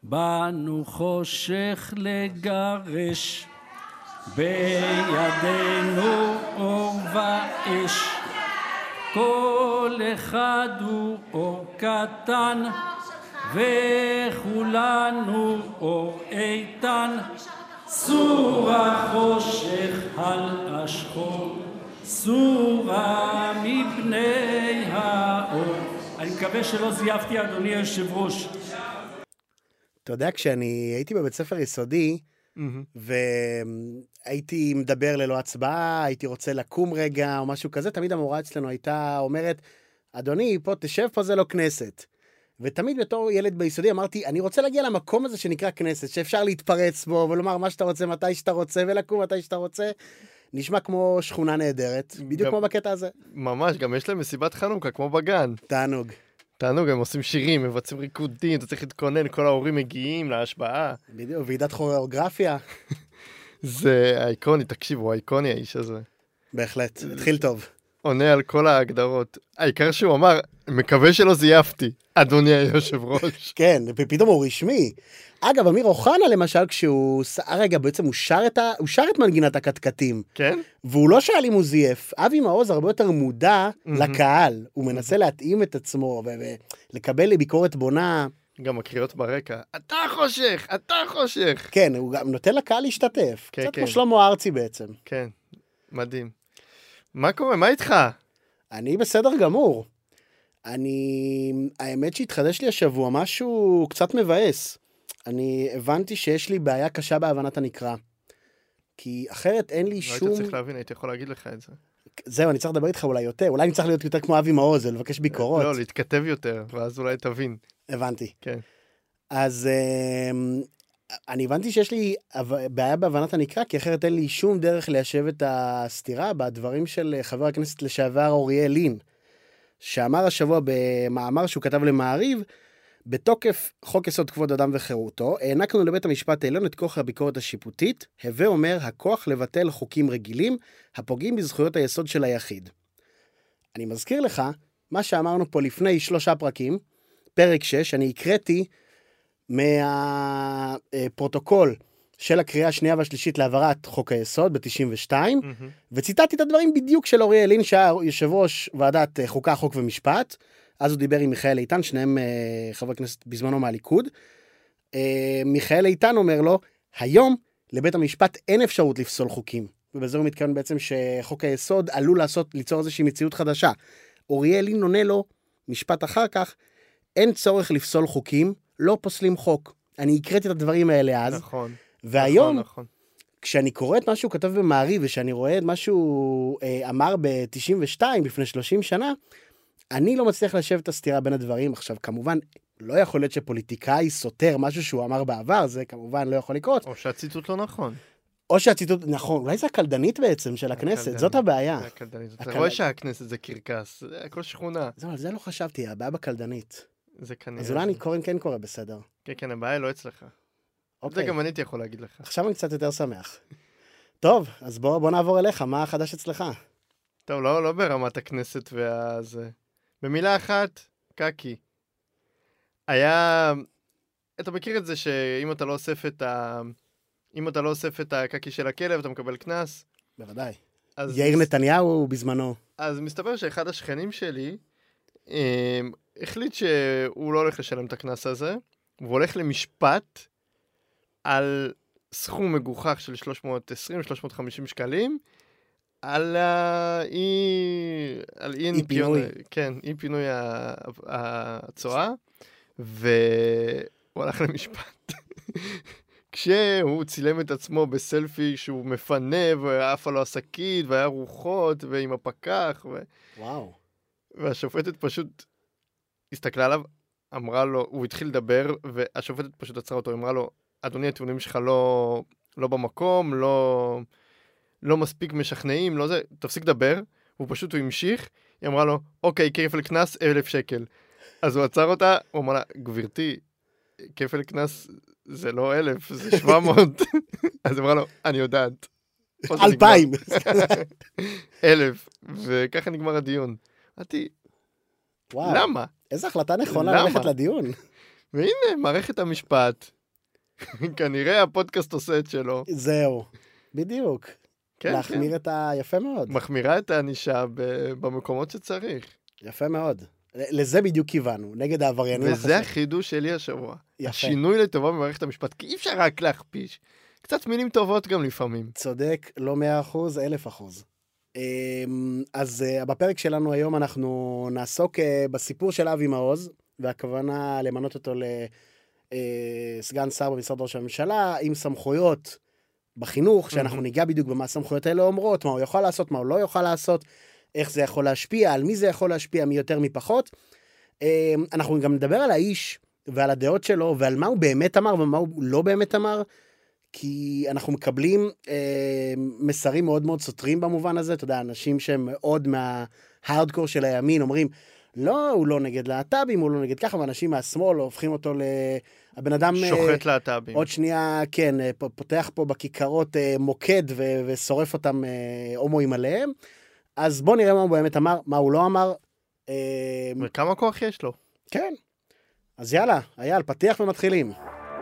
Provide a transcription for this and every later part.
באנו חושך לגרש, בידינו אור ואש, כל אחד הוא אור קטן, וכולנו אור איתן. סורה חושך על השחור, סורה מפני האור. אני מקווה שלא זייפתי, אדוני היושב ראש. אתה יודע, כשאני הייתי בבית ספר יסודי, והייתי מדבר ללא הצבעה, הייתי רוצה לקום רגע או משהו כזה, תמיד המורה אצלנו הייתה אומרת, אדוני, פה תשב, פה זה לא כנסת. ותמיד בתור ילד ביסודי אמרתי, אני רוצה להגיע למקום הזה שנקרא כנסת, שאפשר להתפרץ בו ולומר מה שאתה רוצה, מתי שאתה רוצה, ולקום מתי שאתה רוצה. נשמע כמו שכונה נהדרת, בדיוק כמו בקטע הזה. ממש, גם יש להם מסיבת חנוכה, כמו בגן. תענוג. תענוג, הם עושים שירים, מבצעים ריקודים, אתה צריך להתכונן, כל ההורים מגיעים להשבעה. בדיוק, ועידת כוריאוגרפיה. זה האיקוני, תקשיבו, האיקוני האיש הזה. בהחלט, התחיל טוב. עונה על כל ההגדרות. העיקר שהוא אמר, מקווה שלא זייפתי, אדוני היושב ראש. כן, ופתאום הוא רשמי. אגב, אמיר אוחנה למשל, כשהוא, רגע, בעצם הוא שר את מנגינת הקטקטים. כן? והוא לא שאל אם הוא זייף. אבי מעוז הרבה יותר מודע לקהל. הוא מנסה להתאים את עצמו, ולקבל לביקורת בונה. גם הקריאות ברקע, אתה חושך, אתה חושך. כן, הוא גם נותן לקהל להשתתף. כן, קצת כן. כמו שלמה ארצי בעצם. כן, מדהים. מה קורה? מה איתך? אני בסדר גמור. האמת שהתחדש לי השבוע משהו קצת מבאס. אני הבנתי שיש לי בעיה קשה בהבנת הנקרא. כי אחרת אין לי שום... לא היית צריך להבין, הייתי יכול להגיד לך את זה. זהו, אני צריך לדבר איתך אולי יותר. אולי אני צריך להיות יותר כמו אבי מעוז, לבקש ביקורות. לא, להתכתב יותר, ואז אולי תבין. הבנתי. כן. אז אני הבנתי שיש לי בעיה בהבנת הנקרא, כי אחרת אין לי שום דרך ליישב את הסתירה בדברים של חבר הכנסת לשעבר אוריאל לין, שאמר השבוע במאמר שהוא כתב למעריב, בתוקף חוק יסוד כבוד אדם וחירותו, הענקנו לבית המשפט העליון את כוח הביקורת השיפוטית, הווה אומר הכוח לבטל חוקים רגילים, הפוגעים בזכויות היסוד של היחיד. אני מזכיר לך, מה שאמרנו פה לפני 3 פרקים, פרק 6, אני הקראתי מהפרוטוקול של הקריאה השנייה והשלישית להעברת חוק היסוד ב-92, וציטטתי את הדברים בדיוק של אוריאל לין, שהיה יושב ראש ועדת חוקה, חוק ומשפט, אז הוא דיבר עם מיכאל איתן, שניהם חבר כנסת בזמנו מהליכוד. מיכאל איתן אומר לו, היום לבית המשפט אין אפשרות לפסול חוקים, ובזה הוא מתכוון בעצם שחוק היסוד עלול ליצור איזושהי מציאות חדשה. אוריאל לין עונה לו, משפט אחר כך, אין צורך לפסול חוקים, לא פוסלים חוק. אני הקראתי את הדברים האלה אז. נכון. והיום, נכון. כשאני קורא את מה שהוא כתב במעריב, ושאני רואה את מה שהוא אמר ב-92, לפני 30 שנה, אני לא מצליח לשבת את הסתירה בין הדברים. עכשיו, כמובן, לא יכול להיות שפוליטיקאי סותר משהו שהוא אמר בעבר, זה כמובן לא יכול לקרות. או שהציטוט לא נכון. או שהציטוט, נכון, אולי זה הקלדנית בעצם של הכנסת, זאת הבעיה. אתה רואה שהכנסת זה קרקס, זה הכל שכונה. זהו, על זה לא חשבתי, הבעיה בקלדנית. זה כנראה. אז אולי אני כן קורא בסדר. כן, כן, הבעיה לא אצלך. זה גם אני יכול להגיד לך. עכשיו אני קצת יותר שמח. טוב, אז בוא נעבור אליך, מה החדש אצלך? טוב, לא ברמת הכנסת והזה. במילה אחת, קקי. אתה מכיר את זה שאם אתה לא אוסף את הקקי של הכלב, אתה מקבל קנס? בוודאי. יאיר נתניהו בזמנו. אז מסתבר שאחד השכנים שלי החליט שהוא לא הולך לשלם את הקנס הזה, והוא הולך למשפט על סכום מגוחך של 350 שקלים, על אי פינוי. כן, אי פינוי הצועה, והוא הלך למשפט. כשהוא צילם את עצמו בסלפי שהוא מפנה, ואף עלו השקית, והיה רוחות, ועם הפקח. וואו. והשופטת פשוט הסתכלה עליו, אמרה לו, הוא התחיל לדבר, והשופטת פשוט עצרה אותו, אמרה לו, אדוני, הטיעונים שלך לא במקום, לא מספיק משכנעים, לא זה, תפסיק לדבר, הוא המשיך, היא אמרה לו, אוקיי, כפל קנס, 1,000 שקל. אז הוא עצר אותה, הוא אמר לה, גבירתי, כפל קנס זה לא 1,000, זה 700. אז היא אמרה לו, אני יודעת. 2,000. 1,000, וככה נגמר הדיון. אמרתי, למה? איזה החלטה נכונה ללכת לדיון. והנה, מערכת המשפט כנראה הפודקאסט עושה את שלו. זהו, בדיוק. כן, להחמיר את יפה מאוד. מחמירה את הענישה במקומות שצריך. יפה מאוד. לזה בדיוק כיוונו, נגד העבריינים. וזה החידוש שלי השבוע. יפה. השינוי לטובה במערכת המשפט, כי אי אפשר רק להכפיש. קצת מילים טובות גם לפעמים. צודק, לא 100%, 1000%. אז בפרק שלנו היום אנחנו נעסוק בסיפור של אבי מעוז, והכוונה למנות אותו לסגן שר במשרד ראש הממשלה, עם סמכויות בחינוך, שאנחנו ניגע בדיוק במה הסמכויות האלה אומרות, מה הוא יכול לעשות, מה הוא לא יכול לעשות, איך זה יכול להשפיע, על מי זה יכול להשפיע, מי יותר מי פחות. אנחנו גם נדבר על האיש ועל הדעות שלו, ועל מה הוא באמת אמר ומה הוא לא באמת אמר, כי אנחנו מקבלים מסרים מאוד מאוד סותרים במובן הזה, אתה יודע, אנשים שהם מאוד מההארדקור של הימין, אומרים, לא, הוא לא נגד להט"בים, הוא לא נגד ככה, ואנשים מהשמאל הופכים אותו הבן אדם... שוחט להט"בים. עוד שנייה, כן, פותח פה בכיכרות מוקד ושורף אותם הומואים עליהם. אז בוא נראה מה הוא באמת אמר, מה הוא לא אמר. וכמה כוח יש לו. כן. אז יאללה, אייל, פתיח ומתחילים.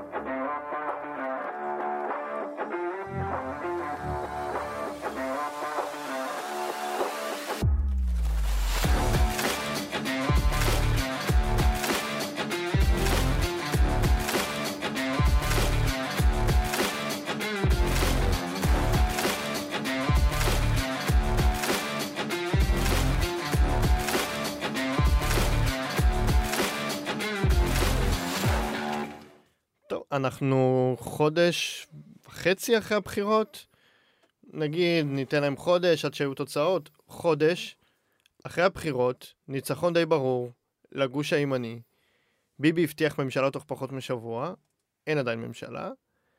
אנחנו חודש וחצי אחרי הבחירות, נגיד ניתן להם חודש עד שהיו תוצאות, חודש אחרי הבחירות, ניצחון די ברור לגוש הימני, ביבי הבטיח ממשלה תוך פחות משבוע, אין עדיין ממשלה,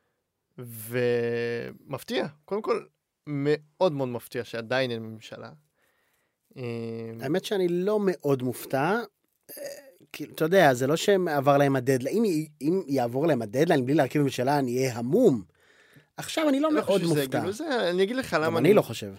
ומפתיע, קודם כל מאוד מאוד מפתיע שעדיין אין ממשלה. האמת שאני לא מאוד מופתע, אתה יודע, זה לא שעבר להם הדדליין, אם יעבור להם הדדליין בלי להרכיב ממשלה, אני אהיה המום. עכשיו אני לא מאוד מופתע. אני אגיד לך למה... אני לא חושב.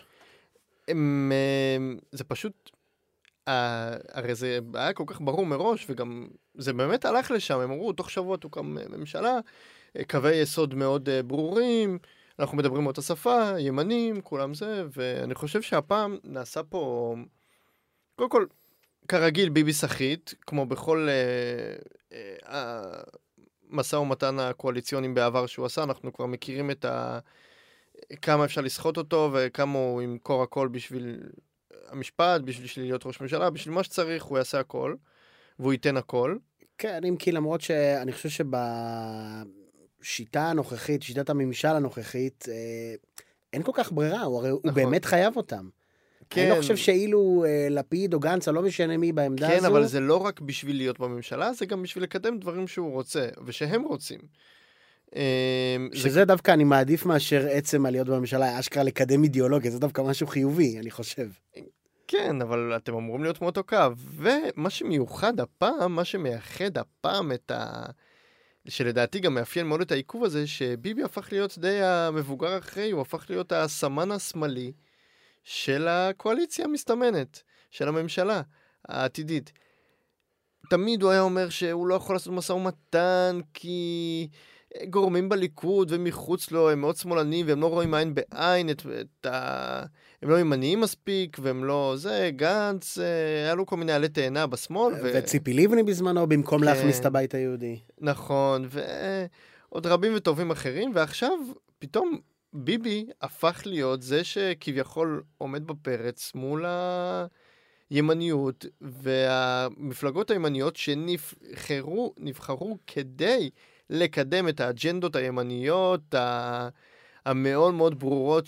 זה פשוט, הרי זה היה כל כך ברור מראש, וגם זה באמת הלך לשם, הם אמרו, תוך שבוע תוקם ממשלה, קווי יסוד מאוד ברורים, אנחנו מדברים אותה שפה, ימנים, כולם זה, ואני חושב שהפעם נעשה פה, קודם כל, כרגיל ביבי שחית, כמו בכל המשא ומתן הקואליציונים בעבר שהוא עשה, אנחנו כבר מכירים את כמה אפשר לסחוט אותו, וכמה הוא ימכור הכל בשביל המשפט, בשביל להיות ראש ממשלה, בשביל מה שצריך הוא יעשה הכל, והוא ייתן הכל. כן, אם כי למרות שאני חושב שבשיטה הנוכחית, שיטת הממשל הנוכחית, אין כל כך ברירה, הוא באמת חייב אותם. כן. אני לא חושב שאילו לפיד או גנץ, או לא משנה מי בעמדה הזו. כן, אבל זה לא רק בשביל להיות בממשלה, זה גם בשביל לקדם דברים שהוא רוצה, ושהם רוצים. שזה דווקא אני מעדיף מאשר עצם על להיות בממשלה, אשכרה לקדם אידיאולוגיה, זה דווקא משהו חיובי, אני חושב. כן, אבל אתם אמורים להיות מאותו קו. ומה שמיוחד הפעם, מה שמייחד הפעם שלדעתי גם מאפיין מאוד את העיכוב הזה, שביבי הפך להיות די המבוגר אחרי, הוא הפך להיות הסמן השמאלי, של הקואליציה המסתמנת, של הממשלה העתידית. תמיד הוא היה אומר שהוא לא יכול לעשות משא ומתן, כי גורמים בליכוד ומחוץ לו הם מאוד שמאלנים, והם לא רואים עין בעין, הם לא ימניים מספיק, והם לא זה, גנץ, היה לו כל מיני עלי תאנה בשמאל. וציפי לבני בזמנו, במקום להכניס את הבית היהודי. נכון, ועוד רבים וטובים אחרים, ועכשיו פתאום ביבי הפך להיות זה שכביכול עומד בפרץ מול הימניות, והמפלגות הימניות שנבחרו כדי לקדם את האג'נדות הימניות המאוד מאוד ברורות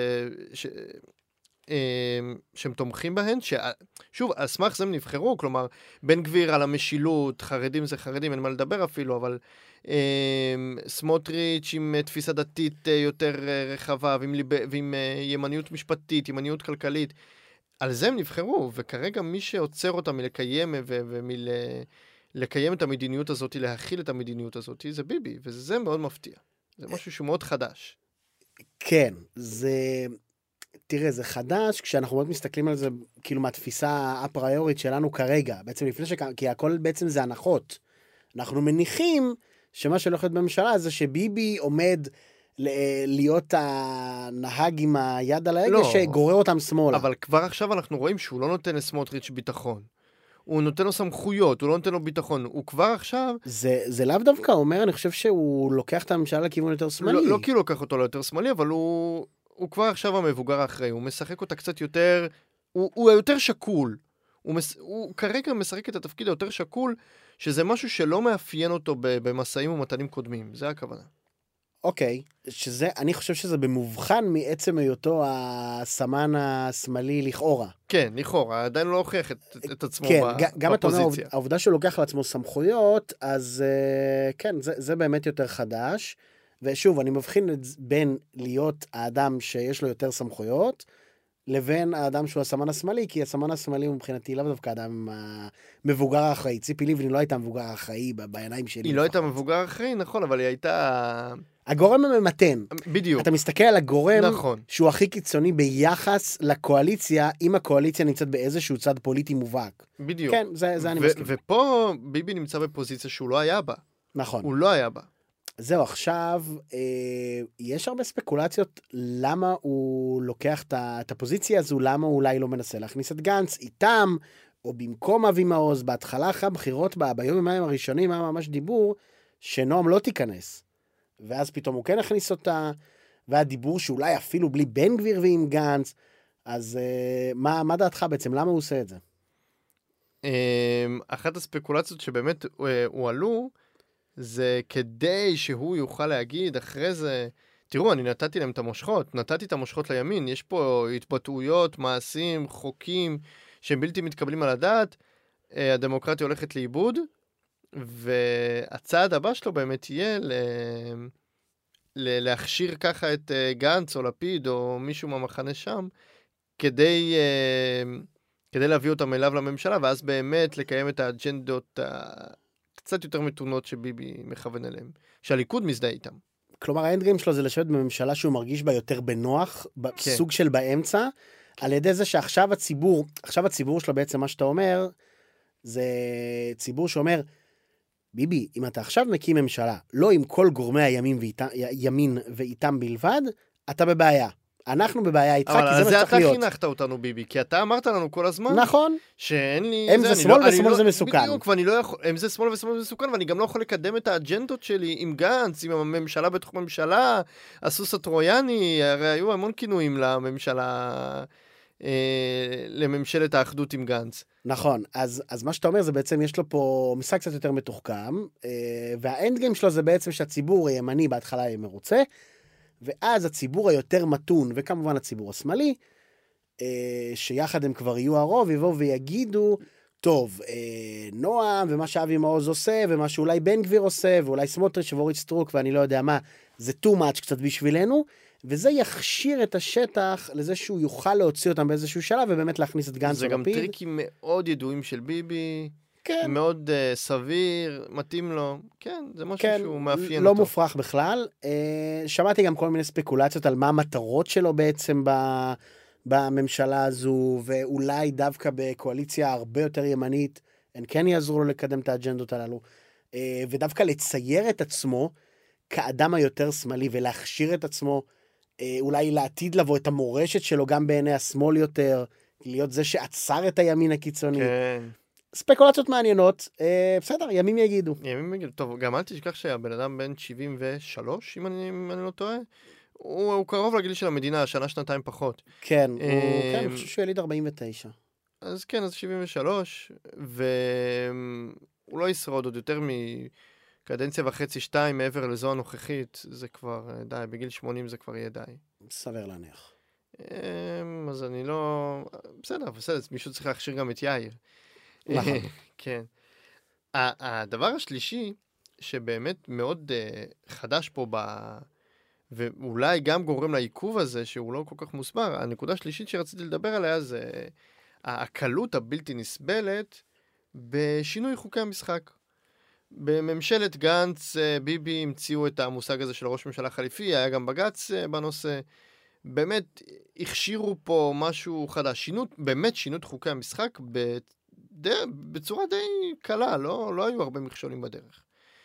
שהם תומכים בהן, שוב, על סמך זה הם נבחרו, כלומר, בן גביר על המשילות, חרדים זה חרדים, אין מה לדבר אפילו, אבל סמוטריץ' עם תפיסה דתית יותר רחבה, ועם ימניות משפטית, ימניות כלכלית, על זה הם נבחרו, וכרגע מי שעוצר אותם מלקיים לקיים את המדיניות הזאת, להכיל את המדיניות הזאת, זה ביבי, וזה מאוד מפתיע. זה משהו שהוא מאוד חדש. כן, תראה, זה חדש, כשאנחנו מאוד מסתכלים על זה, כאילו מהתפיסה הפריורית שלנו כרגע, בעצם לפני כי הכל בעצם זה הנחות. אנחנו מניחים שמה שהולך להיות בממשלה זה שביבי עומד להיות הנהג עם היד על ההגה לא. שגורר אותם שמאלה. אבל כבר עכשיו אנחנו רואים שהוא לא נותן לסמוטריץ' ביטחון. הוא נותן לו סמכויות, הוא לא נותן לו ביטחון. הוא כבר עכשיו... זה לאו דווקא אומר, אני חושב שהוא לוקח את הממשלה לכיוון יותר שמאלי. לא כי הוא לוקח אותו ליותר שמאלי, אבל הוא כבר עכשיו המבוגר האחראי. הוא משחק אותה קצת יותר... הוא יותר שקול. הוא כרגע משחק את התפקיד היותר שקול, שזה משהו שלא מאפיין אותו במסעים ומתנים קודמים. זה הכוונה. אוקיי, אני חושב שזה במובחן מעצם היותו הסמן השמאלי לכאורה. כן, לכאורה, עדיין לא הוכיח את עצמו כן, בפוזיציה. גם אתה אומר, העובדה שהוא לוקח לעצמו סמכויות, אז כן, זה באמת יותר חדש. ושוב, אני מבחין בין להיות האדם שיש לו יותר סמכויות, לבין האדם שהוא הסמן השמאלי, כי הסמן השמאלי הוא מבחינתי לאו דווקא האדם המבוגר האחראי. ציפי לבני לא הייתה מבוגר האחראי בעיניים שלי. היא לא הייתה מבוגר האחראי, נכון, אבל היא הייתה... הגורם הממתן. בדיוק. אתה מסתכל על הגורם נכון. שהוא הכי קיצוני ביחס לקואליציה, אם הקואליציה נמצאת באיזשהו צד פוליטי מובהק. בדיוק. כן, זה אני מסכים. ופה ביבי נמצא בפוזיציה שהוא לא היה בה. נכון. הוא לא היה בה. זהו, עכשיו, יש הרבה ספקולציות למה הוא לוקח את הפוזיציה הזו, למה הוא אולי לא מנסה להכניס את גנץ איתם, או במקום אבי מעוז, בהתחלה אחרי הבחירות, ביום הראשונים היה ממש דיבור, שנועם לא תיכנס. ואז פתאום הוא כן הכניס אותה, והדיבור שאולי אפילו בלי בן גביר ועם גנץ, אז מה דעתך בעצם? למה הוא עושה את זה? אחת הספקולציות שבאמת הועלו, זה כדי שהוא יוכל להגיד אחרי זה, תראו, אני נתתי להם את המושכות, נתתי את המושכות לימין, יש פה התבטאויות, מעשים, חוקים, שהם בלתי מתקבלים על הדעת, הדמוקרטיה הולכת לאיבוד, והצעד הבא שלו באמת יהיה להכשיר ככה את גנץ או לפיד או מישהו מהמחנה שם, כדי להביא אותם אליו לממשלה, ואז באמת לקיים את האג'נדות קצת יותר מתונות שביבי מכוון אליהם, שהליכוד מזדהה איתם. כלומר, האנדגיים שלו זה לשבת בממשלה שהוא מרגיש בה יותר בנוח, בסוג של באמצע, על ידי זה שעכשיו הציבור שלו בעצם מה שאתה אומר, זה ציבור שאומר, ביבי, אם אתה עכשיו מקים ממשלה, לא עם כל גורמי הימין ואיתם בלבד, אתה בבעיה. אנחנו בבעיה איתך, כי זה מה שצריך להיות. אבל זה אתה חינכת אותנו, ביבי, כי אתה אמרת לנו כל הזמן, נכון. שאין לי... אם זה שמאל ושמאל זה מסוכן. בדיוק, ואני לא יכול... אם זה שמאל ושמאל זה מסוכן, ואני גם לא יכול לקדם את האג'נדות שלי עם גנץ, עם הממשלה בתוך ממשלה, הסוס הטרויאני, הרי היו המון כינויים לממשלה, לממשלת האחדות עם גנץ. נכון, אז מה שאתה אומר זה בעצם יש לו פה משחק קצת יותר מתוחכם, והאנדגיים שלו זה בעצם שהציבור הימני בהתחלה יהיה מרוצה, ואז הציבור היותר מתון, וכמובן הציבור השמאלי, שיחד הם כבר יהיו הרוב, יבואו ויגידו, טוב, נועם ומה שאבי מעוז עושה, ומה שאולי בן גביר עושה, ואולי סמוטריץ' ואורית סטרוק, ואני לא יודע מה, זה too much קצת בשבילנו, וזה יכשיר את השטח לזה שהוא יוכל להוציא אותם באיזשהו שלב, ובאמת להכניס את גנץ ולפיד. זה גם טריקים מאוד ידועים של ביבי, כן. מאוד סביר, מתאים לו, כן, זה משהו כן, שהוא מאפיין לא אותו. מופרך בכלל. שמעתי גם כל מיני ספקולציות על מה המטרות שלו בעצם בממשלה הזו, ואולי דווקא בקואליציה הרבה יותר ימנית, הן כן יעזרו לו לקדם את האג'נדות הללו, ודווקא לצייר את עצמו כאדם היותר שמאלי, ולהכשיר את עצמו, אולי לעתיד לבוא את המורשת שלו גם בעיני השמאל יותר, להיות זה שעצר את הימין הקיצוני. כן. ספקולציות מעניינות, בסדר, ימים יגידו. ימים יגידו, טוב, גם אל תשכח שהבן אדם בן 73, אם אני לא טועה, הוא קרוב לגיל של המדינה, שנה, שנתיים פחות. כן, אני חושב שהוא יליד 49. אז כן, אז 73, והוא לא ישרוד עוד יותר מקדנציה וחצי, 2 מעבר לזו הנוכחית, זה כבר די, בגיל 80 זה כבר יהיה די. סביר להניח. אז אני לא... בסדר, מישהו צריך להכשיר גם את יאיר. נכון. כן. הדבר השלישי, שבאמת מאוד חדש פה ואולי גם גורם לעיכוב הזה, שהוא לא כל כך מוסבר, הנקודה השלישית שרציתי לדבר עליה זה הקלות הבלתי נסבלת בשינוי חוקי המשחק. בממשלת גנץ, ביבי המציאו את המושג הזה של ראש ממשלה חליפי, היה גם בג"ץ בנושא, באמת הכשירו פה משהו חדש, באמת שינות חוקי המשחק בצורה די קלה, לא היו הרבה מכשולים בדרך.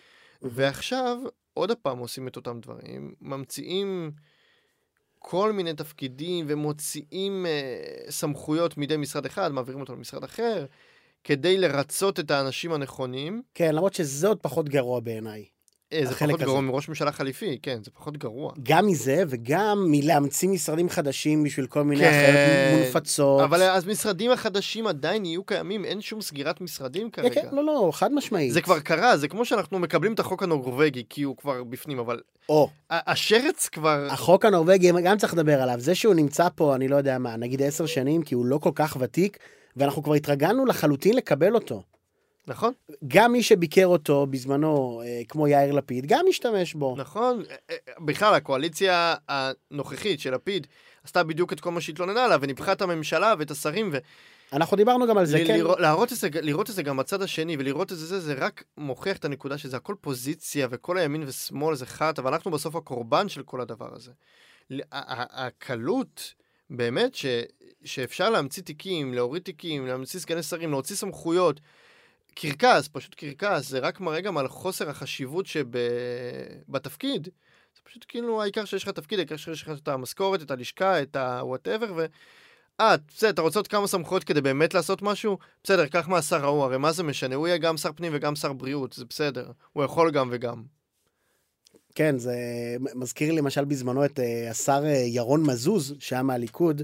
ועכשיו, עוד הפעם עושים את אותם דברים, ממציאים כל מיני תפקידים ומוציאים סמכויות מידי משרד אחד, מעבירים אותו למשרד אחר, כדי לרצות את האנשים הנכונים. כן, למרות שזה עוד פחות גרוע בעיניי. זה פחות גרוע מראש ממשלה חליפי, כן, זה פחות גרוע. גם מזה וגם מלהמציא משרדים חדשים בשביל כל מיני אחרות מונפצות. אבל אז משרדים החדשים עדיין יהיו קיימים, אין שום סגירת משרדים כרגע. כן, לא, חד משמעית. זה כבר קרה, זה כמו שאנחנו מקבלים את החוק הנורווגי, כי הוא כבר בפנים, אבל השרץ כבר... החוק הנורווגי, גם צריך לדבר עליו, זה שהוא נמצא פה, אני לא יודע מה, נגיד 10 שנים, כי הוא לא כל כך ותיק, ואנחנו כבר התרגלנו לחלוטין לקבל אותו. נכון. גם מי שביקר אותו בזמנו, כמו יאיר לפיד, גם משתמש בו. נכון. בכלל, הקואליציה הנוכחית של לפיד עשתה בדיוק את כל מה שהתלוננה עליו, וניפחה את הממשלה ואת השרים, אנחנו דיברנו גם על זה, כן. לראות את זה גם בצד השני, ולראות את זה רק מוכיח את הנקודה שזה הכל פוזיציה, וכל הימין ושמאל זה חת, אבל אנחנו בסוף הקורבן של כל הדבר הזה. הקלות, באמת, שאפשר להמציא תיקים, להוריד תיקים, להמציא סגני שרים, להוציא סמכויות, קרקס, פשוט קרקס, זה רק מראה גם על חוסר החשיבות שבתפקיד. זה פשוט כאילו העיקר שיש לך תפקיד, העיקר שיש לך את המשכורת, את הלשכה, את ה-whatever, בסדר, אתה רוצה עוד כמה סמכויות כדי באמת לעשות משהו? בסדר, קח מהשר ההוא, הרי מה זה משנה? הוא יהיה גם שר פנים וגם שר בריאות, זה בסדר. הוא יכול גם וגם. כן, זה מזכיר לי למשל בזמנו את השר ירון מזוז, שהיה מהליכוד,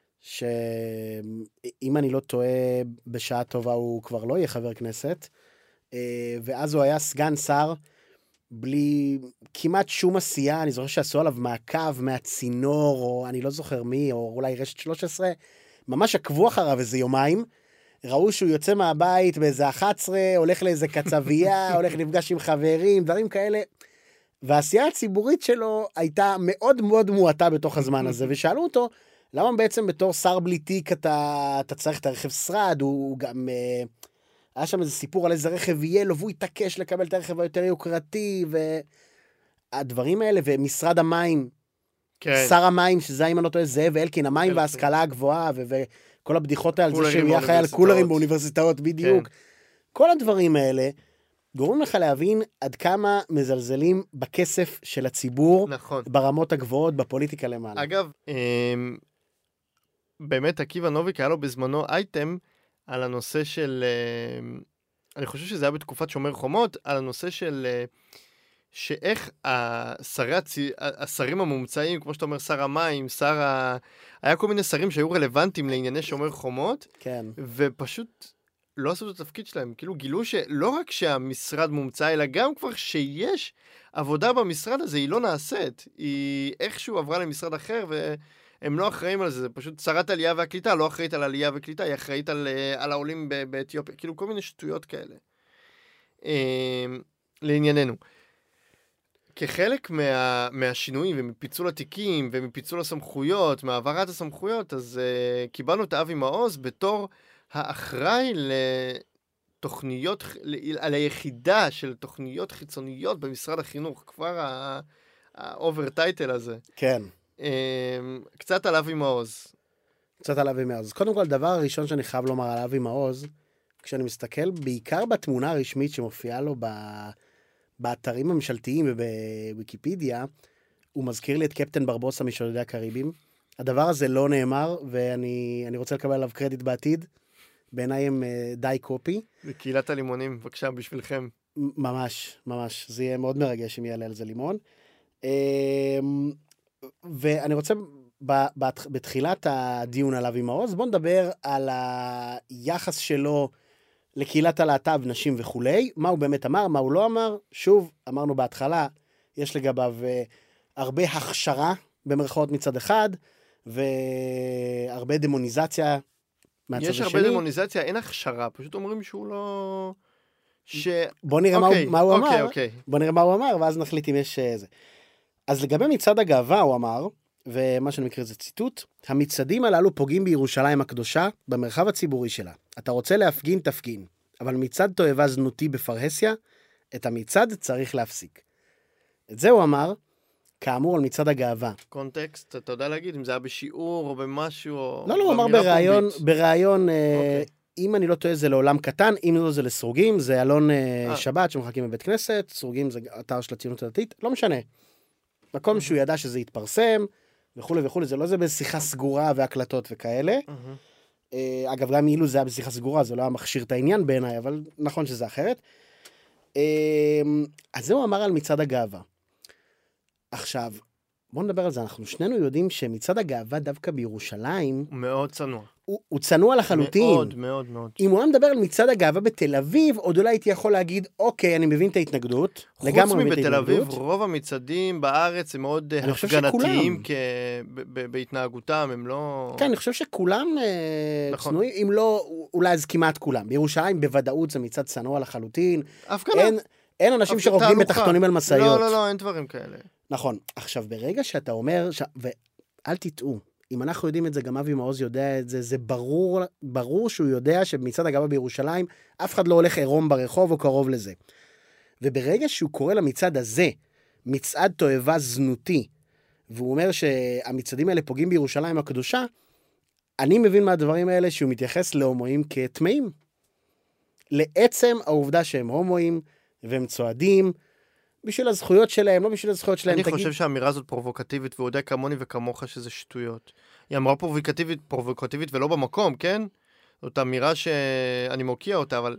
שאם אני לא טועה בשעה טובה הוא כבר לא יהיה חבר כנסת, ואז הוא היה סגן שר בלי כמעט שום עשייה, אני זוכר שעשו עליו מעקב מהצינור, או אני לא זוכר מי, או אולי רשת 13, ממש עקבו אחריו איזה יומיים, ראו שהוא יוצא מהבית באיזה 11, הולך לאיזה קצבייה, הולך לפגש עם חברים, דברים כאלה, והעשייה הציבורית שלו הייתה מאוד מאוד מועטה בתוך הזמן הזה, ושאלו אותו, למה בעצם בתור שר בלי תיק אתה צריך את הרכב שרד, הוא גם, היה שם איזה סיפור על איזה רכב יהיה לו, והוא יתעקש לקבל את הרכב היותר יוקרתי, והדברים האלה, ומשרד המים, כן. שר המים, שזה אם אני לא טועה, זאב אלקין, המים וההשכלה הגבוהה, וכל הבדיחות האלה, זה שהוא יהיה חי על קולרים באוניברסיטאות, בדיוק. כן. כל הדברים האלה, גורמים לך להבין עד כמה מזלזלים בכסף של הציבור, נכון. ברמות הגבוהות, בפוליטיקה למעלה. אגב, באמת, עקיבא נוביק היה לו בזמנו אייטם על הנושא של, אני חושב שזה היה בתקופת שומר חומות, על הנושא של, שאיך השרים המומצאים, כמו שאתה אומר, שר המים, היה כל מיני שרים שהיו רלוונטיים לענייני שומר חומות, כן. ופשוט לא עשו את התפקיד שלהם. כאילו גילו שלא רק שהמשרד מומצא, אלא גם כבר שיש עבודה במשרד הזה, היא לא נעשית. היא איכשהו עברה למשרד אחר, הם לא אחראים על זה, זה פשוט שרת עלייה והקליטה, לא אחראית על עלייה וקליטה, היא אחראית על העולים באתיופיה, כאילו כל מיני שטויות כאלה. לענייננו. כחלק מהשינויים ומפיצול התיקים ומפיצול הסמכויות, מעברת הסמכויות, אז קיבלנו את אבי מעוז בתור האחראי לתוכניות, על היחידה של תוכניות חיצוניות במשרד החינוך, כבר האובר טייטל הזה. כן. קצת על אבי מעוז. קצת על אבי מעוז. קודם כל, הדבר הראשון שאני חייב לומר על אבי מעוז, כשאני מסתכל בעיקר בתמונה הרשמית שמופיעה לו באתרים הממשלתיים ובוויקיפדיה, הוא מזכיר לי את קפטן ברבוסה משודדי הקריבים. הדבר הזה לא נאמר, ואני רוצה לקבל עליו קרדיט בעתיד. בעיניי הם די קופי. וקהילת הלימונים, בבקשה, בשבילכם. ממש, ממש. זה יהיה מאוד מרגש אם יעלה על זה לימון. ואני רוצה, בתחילת הדיון על אבי מעוז, בוא נדבר על היחס שלו לקהילת הלהט"ב, נשים וכולי, מה הוא באמת אמר, מה הוא לא אמר. שוב, אמרנו בהתחלה, יש לגביו הרבה הכשרה במרכאות מצד אחד, והרבה דמוניזציה מהצד השני. יש הרבה דמוניזציה, אין הכשרה, פשוט אומרים שהוא לא... בוא נראה מה הוא אמר, בוא נראה מה הוא אמר, ואז נחליט אם יש זה. אז לגבי מצעד הגאווה הוא אמר, ומה שאני מכיר זה ציטוט, המצעדים הללו פוגעים בירושלים הקדושה, במרחב הציבורי שלה. אתה רוצה להפגין, תפגין. אבל מצעד תועבה זנותי בפרהסיה, את המצעד צריך להפסיק. את זה הוא אמר, כאמור על מצעד הגאווה. קונטקסט, אתה יודע להגיד אם זה היה בשיעור או במשהו? או לא, הוא אמר בראיון אם אני לא טועה, זה לעולם קטן, אם לא זה לסרוגים, זה אלון שבת שמחכים בבית כנסת, סרוגים זה אתר של הציונות הדתית, לא משנה. מקום שהוא ידע שזה יתפרסם, וכו' וכו', זה לא זה בשיחה סגורה והקלטות וכאלה. אגב, גם אילו זה היה בשיחה סגורה, זה לא היה מכשיר את העניין בעיניי, אבל נכון שזה אחרת. אז זה הוא אמר על מצעד הגאווה. עכשיו, בואו נדבר על זה, אנחנו שנינו יודעים שמצעד הגאווה דווקא בירושלים, מאוד צנוע. הוא צנוע לחלוטין. מאוד, מאוד, מאוד. אם הוא היה מדבר על מצעד הגאווה בתל אביב, עוד אולי הייתי יכול להגיד, אוקיי, אני מבין את ההתנגדות. חוץ מבתל אביב, רוב המצעדים בארץ הם מאוד הפגנתיים בהתנהגותם, הם לא... כן, אני חושב שכולם צנועים, אם לא, אולי אז כמעט כולם. בירושלים בוודאות זה מצעד צנוע לחלוטין. הפגנה. אין אנשים שרוקדים בתחתונים על משאיות. לא, אין דברים כאלה. נכון. עכשיו, ברגע שאתה אומר, ואל תטעו, אם אנחנו יודעים את זה, גם אבי מעוז יודע את זה, זה ברור שהוא יודע שבמצעד הגאווה בירושלים, אף אחד לא הולך עירום ברחוב או קרוב לזה. וברגע שהוא קורא למצעד הזה, מצעד תועבה זנותי, והוא אומר שהמצעדים האלה פוגעים בירושלים הקדושה, אני מבין מהדברים האלה שהוא מתייחס להומואים כטמאים. לעצם העובדה שהם הומואים, והם צועדים, בשביל הזכויות שלהם, לא בשביל הזכויות שלהם. אני חושב שהאמירה הזאת פרובוקטיבית, והוא יודע כמוני וכמוך שזה שטויות. היא אמרה פרובוקטיבית ולא במקום, כן? זאת אמירה שאני מוקיע אותה, אבל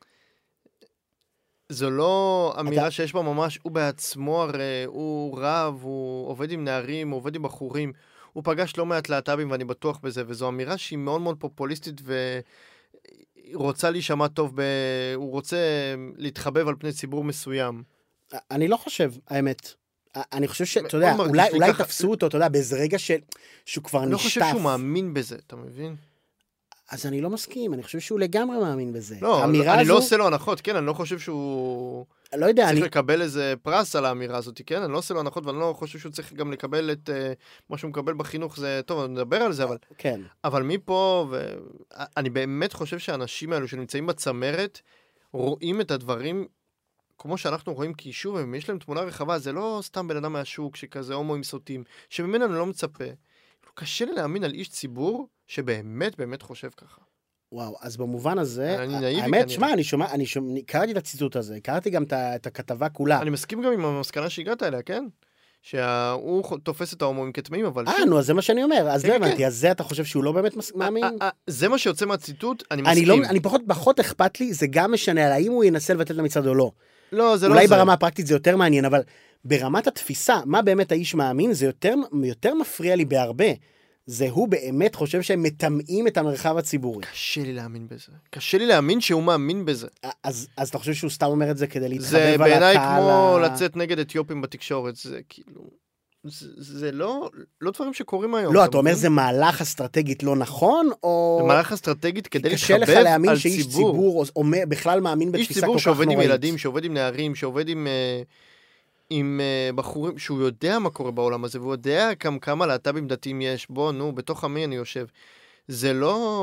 זו לא אמירה שיש בה ממש, הוא בעצמו הרי, הוא רב, הוא עובד עם נערים, הוא עובד עם בחורים, הוא פגש לא מעט להט"בים ואני בטוח בזה, וזו אמירה שהיא מאוד מאוד פופוליסטית רוצה להישמע טוב, הוא רוצה להתחבב על פני ציבור מסוים. אני לא חושב, האמת. אני חושב שאתה יודע, אולי תפסו אותו, אתה יודע, באיזה רגע שהוא כבר נשטף. אני לא חושב שהוא מאמין בזה, אתה מבין? אז אני לא מסכים, אני חושב שהוא לגמרי מאמין בזה. לא, אני לא עושה לו הנחות, כן, אני לא חושב שהוא... לא יודע, צריך לקבל איזה פרס על האמירה הזאת, כן? אני לא עושה לו הנחות, ואני לא חושב שהוא צריך גם לקבל את מה שהוא מקבל בחינוך, זה טוב, אני מדבר על זה, אבל... כן. אבל מפה, אני באמת חושב שהאנשים האלו שנמצאים בצמרת, רואים את הדברים כמו שאנחנו רואים, כי שוב, אם יש להם תמונה רחבה, זה לא סתם בן אדם מהשוק שכזה הומואים סוטים, שממנו אני לא מצפה. קשה לי להאמין על איש ציבור שבאמת באמת חושב ככה. וואו, אז במובן הזה, האמת, שמע, אני קראתי את הציטוט הזה, קראתי גם את הכתבה כולה. אני מסכים גם עם המסקנה שהגעת אליה, כן? שהוא תופס את ההומואים כתמאים, אבל... נו, אז זה מה שאני אומר, אז לא הבנתי, אז זה אתה חושב שהוא לא באמת מאמין? זה מה שיוצא מהציטוט, אני מסכים. אני פחות אכפת לי, זה גם משנה על האם הוא ינסה לבטל את המצעד או לא. לא, זה לא זה. אולי ברמה הפרקטית זה יותר מעניין, אבל ברמת התפיסה, מה באמת האיש מאמין, זה יותר מפריע לי בהרבה. זה הוא באמת חושב שהם מטמאים את המרחב הציבורי. קשה לי להאמין בזה. קשה לי להאמין שהוא מאמין בזה. אז אתה חושב שהוא סתם אומר את זה כדי להתחבב על הקהל? זה בעיניי כמו לצאת נגד אתיופים בתקשורת. זה כאילו... זה לא דברים שקורים היום. לא, אתה אומר זה מהלך אסטרטגית לא נכון, או... זה מהלך אסטרטגית כדי להתחבב על ציבור. קשה לך להאמין שאיש ציבור בכלל מאמין בתפיסה כל כך נוראית. איש ציבור שעובד עם ילדים, שעובד עם נערים, שעובד עם בחורים, שהוא יודע מה קורה בעולם הזה, והוא יודע כמה להט"בים דתיים יש. בוא, נו, בתוך עמי אני יושב. זה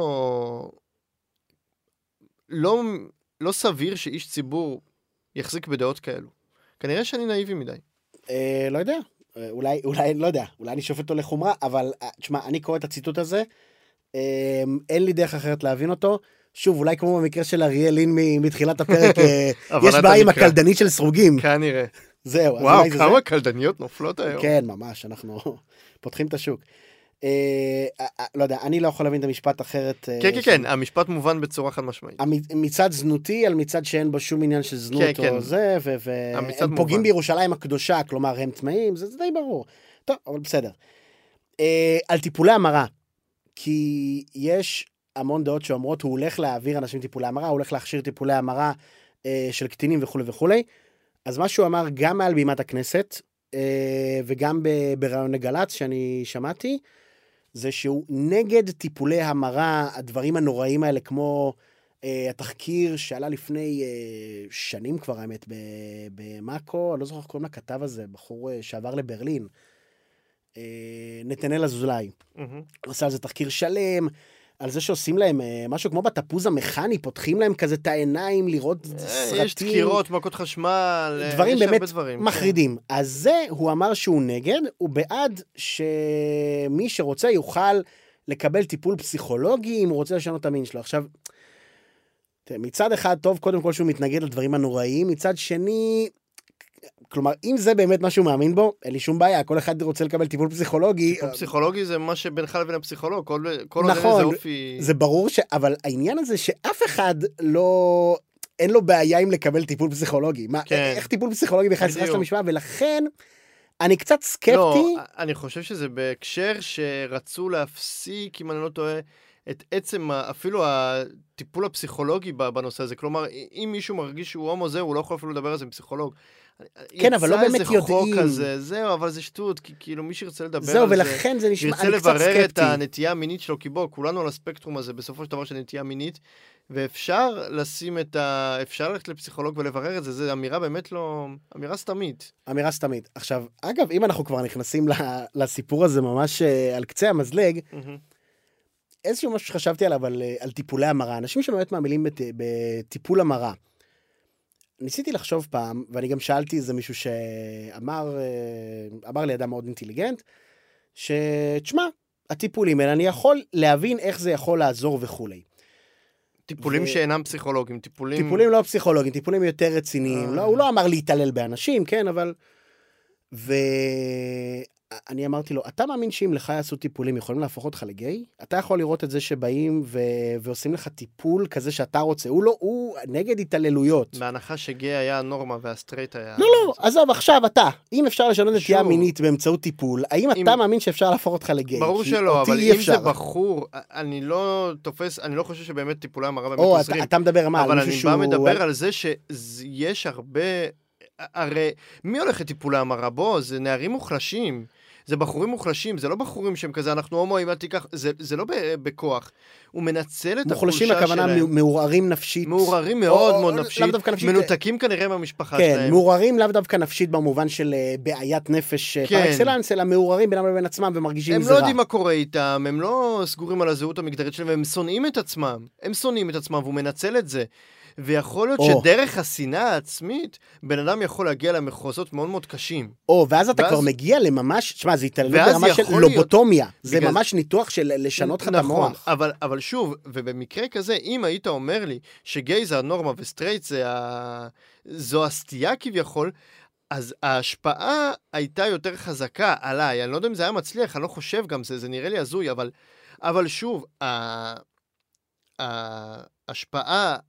לא סביר שאיש ציבור יחזיק בדעות כאלו. כנראה שאני נאיבי מדי. לא יודע. אולי, לא יודע, אולי אני שופט אותו לחומרה, אבל, תשמע, אני קורא את הציטוט הזה, אין לי דרך אחרת להבין אותו, שוב, אולי כמו במקרה של אריאל לין מתחילת הפרק, יש בעיה עם הקלדנית של סרוגים. כנראה. זהו. וואו, כמה קלדניות נופלות היום. כן, ממש, אנחנו פותחים את השוק. לא יודע, אני לא יכול להבין את המשפט אחרת. כן, המשפט מובן בצורה חד משמעית. מצד זנותי על מצד שאין בו שום עניין של זנות או זה, והם פוגעים בירושלים הקדושה, כלומר הם טמאים, זה די ברור. טוב, אבל בסדר. על טיפולי המרה, כי יש המון דעות שאומרות, הוא הולך להעביר אנשים טיפולי המרה, הוא הולך להכשיר טיפולי המרה של קטינים וכו' וכו'. אז מה שהוא אמר גם מעל בימת הכנסת, וגם ברעיון לגל"צ שאני שמעתי, זה שהוא נגד טיפולי המרה, הדברים הנוראים האלה, כמו התחקיר שעלה לפני שנים כבר, האמת, במאקו, אני לא זוכר איך קוראים לכתב הזה, בחור שעבר לברלין, נתנאל אזולאי. עושה על זה תחקיר שלם, על זה שעושים להם משהו כמו בתפוז המכני, פותחים להם כזה את העיניים, לראות סרטים. יש דקירות, מכות חשמל, דברים באמת מחרידים. אז זה, הוא אמר שהוא נגד, הוא בעד שמי שרוצה יוכל לקבל טיפול פסיכולוגי, אם הוא רוצה לשנות את המין שלו. עכשיו, מצד אחד, טוב, קודם כל שהוא מתנגד לדברים הנוראיים, מצד שני, כלומר, אם זה באמת מה שהוא מאמין בו, אין לי שום בעיה, כל אחד רוצה לקבל טיפול פסיכולוגי. טיפול פסיכולוגי זה מה שבינך לבין הפסיכולוג, כל נכון, זה אופי... זה ברור אבל העניין הזה שאף אחד לא, אין לו בעיה עם לקבל טיפול פסיכולוגי. מה, כן. איך טיפול פסיכולוגי בכלל נכנס למשוואה, ולכן אני קצת סקפטי. לא, אני חושב שזה בהקשר שרצו להפסיק, אם אני לא טועה, את עצם, אפילו הטיפול הפסיכולוגי בנושא הזה. כלומר, אם מישהו מרגיש שהוא הומו זה, הוא לא יכול אפילו לדבר על זה עם פסיכולוג. כן, אבל לא באמת יודעים. יצא איזה חוק כזה, זהו, אבל זה שטות, כי כאילו מי שירצה לדבר זהו, על זה, ולכן זה נשמע, וירצה אני קצת לברר את סקפטי. הנטייה המינית שלו, כי בוא, כולנו על הספקטרום הזה, בסופו של דבר של נטייה מינית, ואפשר לשים אפשר ללכת לפסיכולוג ולברר את זה, זו אמירה באמת לא, אמירה סתמית. אמירה סתמית. עכשיו, אגב, אם אנחנו כבר נכנסים לסיפור הזה ממש על קצה המזלג, איזשהו משהו שחשבתי עליו על טיפולי המרה, אנשים שבאמת מאמינים בטיפול המרה. ניסיתי לחשוב פעם, ואני גם שאלתי איזה מישהו שאמר לי אדם מאוד אינטליגנט, שתשמע, הטיפולים האלה, אני יכול להבין איך זה יכול לעזור וכולי. טיפולים שאינם פסיכולוגיים, טיפולים לא פסיכולוגיים, טיפולים יותר רציניים. הוא לא אמר להתעלל באנשים, כן, אבל... אני אמרתי לו, אתה מאמין שאם לך יעשו טיפולים יכולים להפוך אותך לגיי? אתה יכול לראות את זה שבאים ועושים לך טיפול כזה שאתה רוצה. הוא נגד התעללויות. בהנחה שגיי היה הנורמה והסטרייט היה... לא, עזוב, עכשיו אתה. אם אפשר לשנות נטייה מינית באמצעות טיפול, האם אתה מאמין שאפשר להפוך אותך לגיי? ברור שלא, אבל אם זה בחור, אני לא חושב שבאמת טיפולי המרה באמת עוזרים. אתה מדבר מה? אבל אני בא מדבר על זה שיש הרבה... הרי מי הולך לטיפולי המרה? בוא, זה נערים מוחלשים. זה בחורים מוחלשים, זה לא בחורים שהם כזה, אנחנו הומואים, זה לא בכוח. הוא מנצל את החולשה שלהם. מוחלשים הכוונה מעורערים נפשית. מעורערים מאוד מאוד נפשית. מנותקים כנראה מהמשפחה שלהם. כן, מעורערים לאו דווקא נפשית במובן של בעיית נפש פר-אקסלנס, אלא מעורערים בינם לבין עצמם ומרגישים עם זה רע. הם לא יודעים מה קורה איתם, הם לא סגורים על הזהות המגדרית שלהם, והם שונאים את עצמם. הם שונאים את עצמם, והוא מנצל את זה. ויכול להיות שדרך השנאה העצמית, בן אדם יכול להגיע למחוזות מאוד מאוד קשים. ואז אתה כבר מגיע לממש, תשמע, זה התעללות ברמה של לובוטומיה. זה ממש ניתוח של לשנות לך את המוח. אבל שוב, ובמקרה כזה, אם היית אומר לי שגיי זה הנורמה וסטרייט זו הסטייה כביכול, אז ההשפעה הייתה יותר חזקה עליי. אני לא יודע אם זה היה מצליח, אני לא חושב גם, זה נראה לי הזוי, אבל שוב, השפעה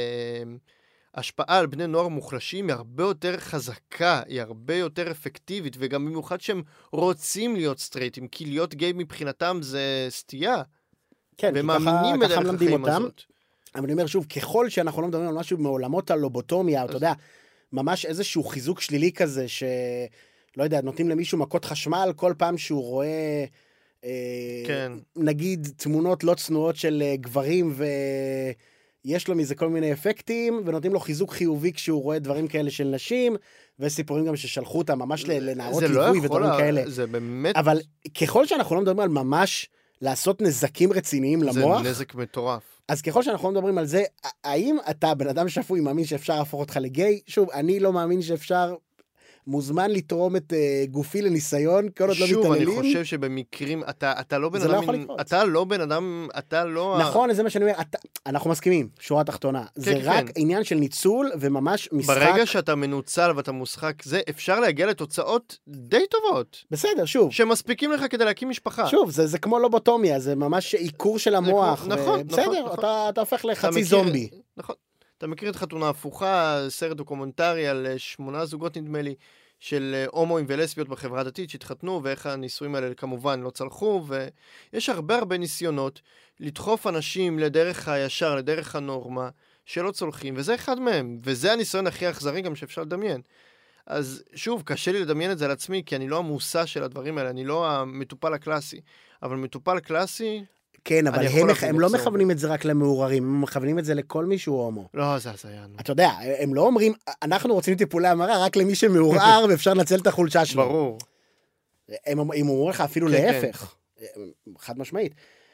על בני נוער מוחלשים היא הרבה יותר חזקה, היא הרבה יותר אפקטיבית, וגם במיוחד שהם רוצים להיות סטרייטים, כי להיות גיי מבחינתם זה סטייה. כן, ומאמינים בדרך החיים הזאת. אבל אני אומר שוב, ככל שאנחנו לא מדברים על משהו מעולמות הלובוטומיה, אתה יודע, ממש איזשהו חיזוק שלילי כזה, שלא יודע, נותנים למישהו מכות חשמל כל פעם שהוא רואה... כן. נגיד תמונות לא צנועות של גברים ויש לו מזה כל מיני אפקטים ונותנים לו חיזוק חיובי כשהוא רואה דברים כאלה של נשים וסיפורים גם ששלחו אותם ממש לנערות ליווי ודברים כאלה. זה באמת... אבל ככל שאנחנו לא מדברים על ממש לעשות נזקים רציניים למוח... זה נזק מטורף. אז ככל שאנחנו לא מדברים על זה, האם אתה בן אדם שפוי מאמין שאפשר להפוך אותך לגיי? שוב, אני לא מאמין שאפשר... מוזמן לתרום את גופי לניסיון, כל עוד לא מתעללים. שוב, אני חושב שבמקרים, אתה לא בן אדם, אתה לא בן אדם, אתה לא... נכון, זה מה שאני אומר, אנחנו מסכימים, שורה תחתונה. זה רק עניין של ניצול וממש משחק. ברגע שאתה מנוצל ואתה מושחק, זה אפשר להגיע לתוצאות די טובות. בסדר, שוב. שמספיקים לך כדי להקים משפחה. שוב, זה כמו לובוטומיה, זה ממש עיקור של המוח. נכון. בסדר, אתה הופך לחצי זומבי. נכון. אתה מכיר את חתונה הפוכה, סרט דוקומנטרי על 8 זוגות נדמה לי, של הומואים ולסביות בחברה הדתית שהתחתנו, ואיך הנישואים האלה כמובן לא צלחו, ויש הרבה ניסיונות לדחוף אנשים לדרך הישר, לדרך הנורמה, שלא צולחים, וזה אחד מהם, וזה הניסיון הכי אכזרי גם שאפשר לדמיין. אז שוב, קשה לי לדמיין את זה על עצמי, כי אני לא המושא של הדברים האלה, אני לא המטופל הקלאסי, אבל מטופל קלאסי... כן, אבל הם לא מכוונים את זה רק למעוררים, הם מכוונים את זה לכל מישהו הומו. לא, זה היה. אתה יודע, הם לא אומרים, אנחנו רוצים טיפולי המרה רק למי שמעורער ואפשר לנצל את החולשה שלו. ברור. הם אומרים לך אפילו להפך. חד משמעית.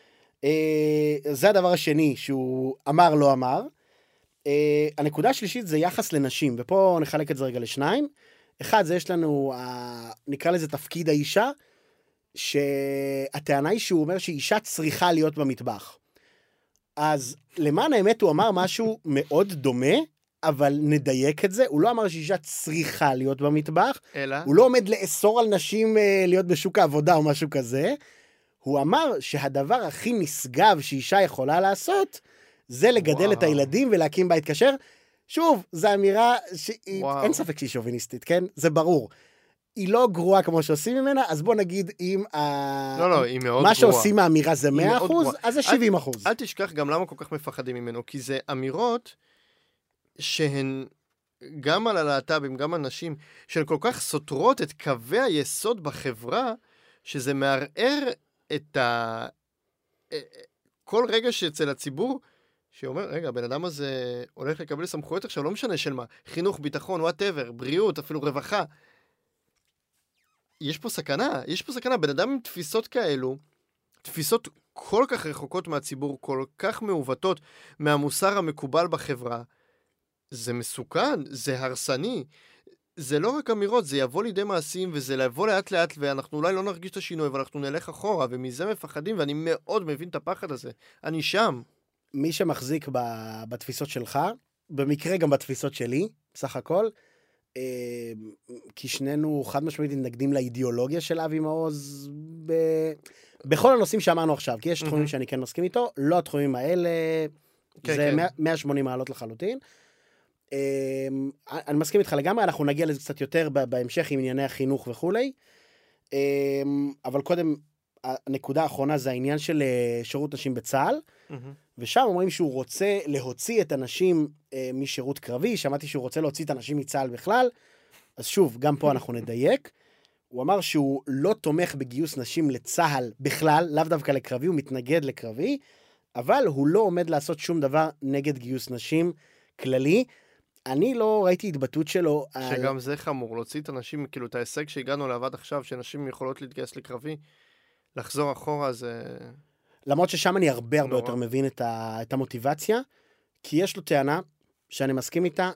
זה הדבר השני שהוא אמר לא אמר. הנקודה השלישית זה יחס לנשים, ופה נחלק את זה רגע לשניים. אחד, זה יש לנו, נקרא לזה תפקיד האישה, שהטענה היא שהוא אומר שאישה צריכה להיות במטבח. אז למען האמת הוא אמר משהו מאוד דומה, אבל נדייק את זה. הוא לא אמר שאישה צריכה להיות במטבח, אלא? הוא לא עומד לאסור על נשים להיות בשוק העבודה או משהו כזה. הוא אמר שהדבר הכי נשגב שאישה יכולה לעשות, זה לגדל את הילדים ולהקים בית כשר. שוב, זו אמירה אין ספק שהיא שוביניסטית, כן? זה ברור. היא לא גרועה כמו שעושים ממנה, אז בוא נגיד אם לא, היא מאוד גרועה. מה שעושים מהאמירה זה 100%, אז זה 70%. אל תשכח גם למה כל כך מפחדים ממנו, כי זה אמירות שהן גם על הלהט"בים, גם על נשים, שהן כל כך סותרות את קווי היסוד בחברה, שזה מערער את כל רגע שאצל הציבור, שאומר, רגע, הבן אדם הזה הולך לקבל סמכויות עכשיו, לא משנה של מה, חינוך, ביטחון, whatever, בריאות, אפילו רווחה. יש פה סכנה, בן אדם עם תפיסות כאלו, תפיסות כל כך רחוקות מהציבור, כל כך מעוותות מהמוסר המקובל בחברה, זה מסוכן, זה הרסני, זה לא רק אמירות, זה יבוא לידי מעשים, וזה לבוא לאט לאט, ואנחנו אולי לא נרגיש את השינוי, ואנחנו נלך אחורה, ומזה מפחדים, ואני מאוד מבין את הפחד הזה. אני שם. מי שמחזיק בתפיסות שלך, במקרה גם בתפיסות שלי, בסך הכל, כי שנינו חד משמעית מתנגדים לאידיאולוגיה של אבי מעוז, בכל הנושאים שאמרנו עכשיו, כי יש תחומים שאני כן מסכים איתו, לא התחומים האלה, זה 180 מעלות לחלוטין. אני מסכים איתך לגמרי, אנחנו נגיע לזה קצת יותר בהמשך עם ענייני החינוך וכולי, אבל קודם, הנקודה האחרונה זה העניין של שירות נשים בצה"ל, ושם אומרים שהוא רוצה להוציא את הנשים משירות קרבי, שמעתי שהוא רוצה להוציא את הנשים מצה"ל בכלל, אז שוב, גם פה אנחנו נדייק, הוא אמר שהוא לא תומך בגיוס נשים לצה"ל בכלל, לאו דווקא לקרבי, הוא מתנגד לקרבי, אבל הוא לא עומד לעשות שום דבר נגד גיוס נשים כללי. אני לא ראיתי התבטאות שלו שגם זה חמור, להוציא את הנשים, כאילו את ההישג שהגענו לעבד עכשיו, שנשים יכולות להתגייס לקרבי, לחזור אחורה זה... למרות ששם אני הרבה יותר מבין את המוטיבציה, כי יש לו טענה שאני מסכים איתה,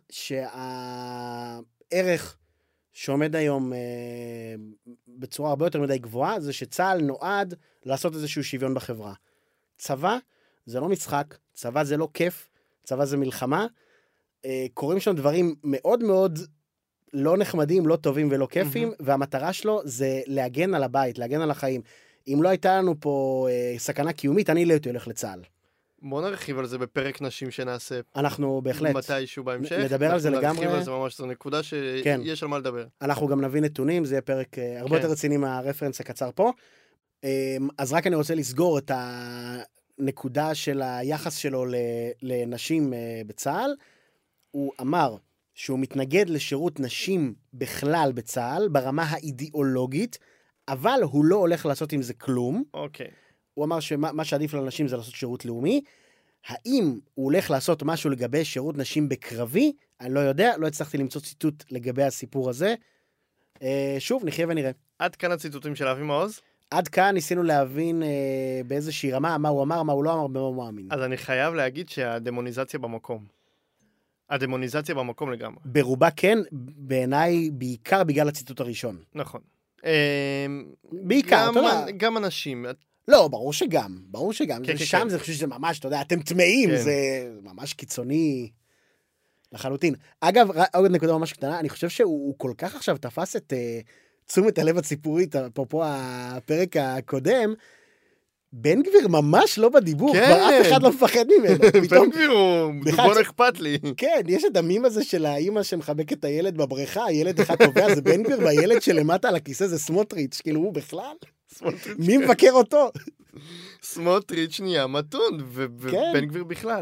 שהערך שעומד היום בצורה הרבה יותר מדי גבוהה, זה שצה"ל נועד לעשות איזשהו שוויון בחברה. צבא זה לא משחק, צבא זה לא כיף, צבא זה מלחמה, קוראים שם דברים מאוד מאוד לא נחמדים, לא טובים ולא כיפים, והמטרה שלו זה להגן על הבית, להגן על החיים. אם לא הייתה לנו פה סכנה קיומית, אני לא הייתי הולך לצה"ל. בוא נרחיב על זה בפרק נשים שנעשה. אנחנו בהחלט. מתישהו בהמשך. נדבר על זה לגמרי. נרחיב על זה ממש, זו נקודה שיש על מה לדבר. אנחנו גם נביא נתונים, זה יהיה פרק הרבה יותר רציני מהרפרנס הקצר פה. אז רק אני רוצה לסגור את הנקודה של היחס שלו לנשים בצה"ל. הוא אמר שהוא מתנגד לשירות נשים בכלל בצה"ל, ברמה האידיאולוגית, אבל הוא לא הולך לעשות עם זה כלום. אוקיי. הוא אמר שמה שעדיף לנשים זה לעשות שירות לאומי. האם הוא הולך לעשות משהו לגבי שירות נשים בקרבי? אני לא יודע, לא הצלחתי למצוא ציטוט לגבי הסיפור הזה. שוב, נחיה ונראה. עד כאן הציטוטים של אבי מעוז? עד כאן ניסינו להבין באיזושהי רמה מה הוא אמר, מה הוא לא אמר, במה הוא מאמין. אז אני חייב להגיד שהדמוניזציה במקום. הדמוניזציה במקום לגמרי. ברובה כן, בעיניי בעיקר בגלל הציטוט הראשון. נכון. בעיקר, אתה יודע. גם אנשים. לא, ברור שגם. כן, שם כן. זה חושב שזה ממש, אתה יודע, אתם טמאים, זה ממש קיצוני לחלוטין. אגב, עוד נקודה ממש קטנה, אני חושב שהוא כל כך עכשיו תפס את תשומת הלב הציבורית, אפרופו הפרק הקודם, בן גביר ממש לא בדיבור, כבר אף אחד לא מפחד ממנו. בן גביר הוא דובון אכפת לי. כן, יש את המים הזה של האמא שמחבק את הילד בבריכה, הילד אחד טובע זה בן גביר, והילד שלמטה על הכיסא זה סמוטריץ', כאילו הוא בכלל? מי מבקר אותו? סמוטריץ' נהיה מתון, ובן גביר בכלל.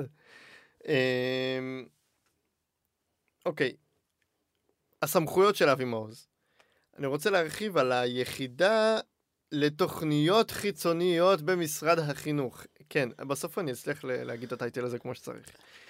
אוקיי, הסמכויות של אבי מעוז. אני רוצה להרחיב על היחידה לתוכניות חיצוניות במשרד החינוך. כן, בסוף אני אצליח להגיד את הטייטל הזה כמו שצריך.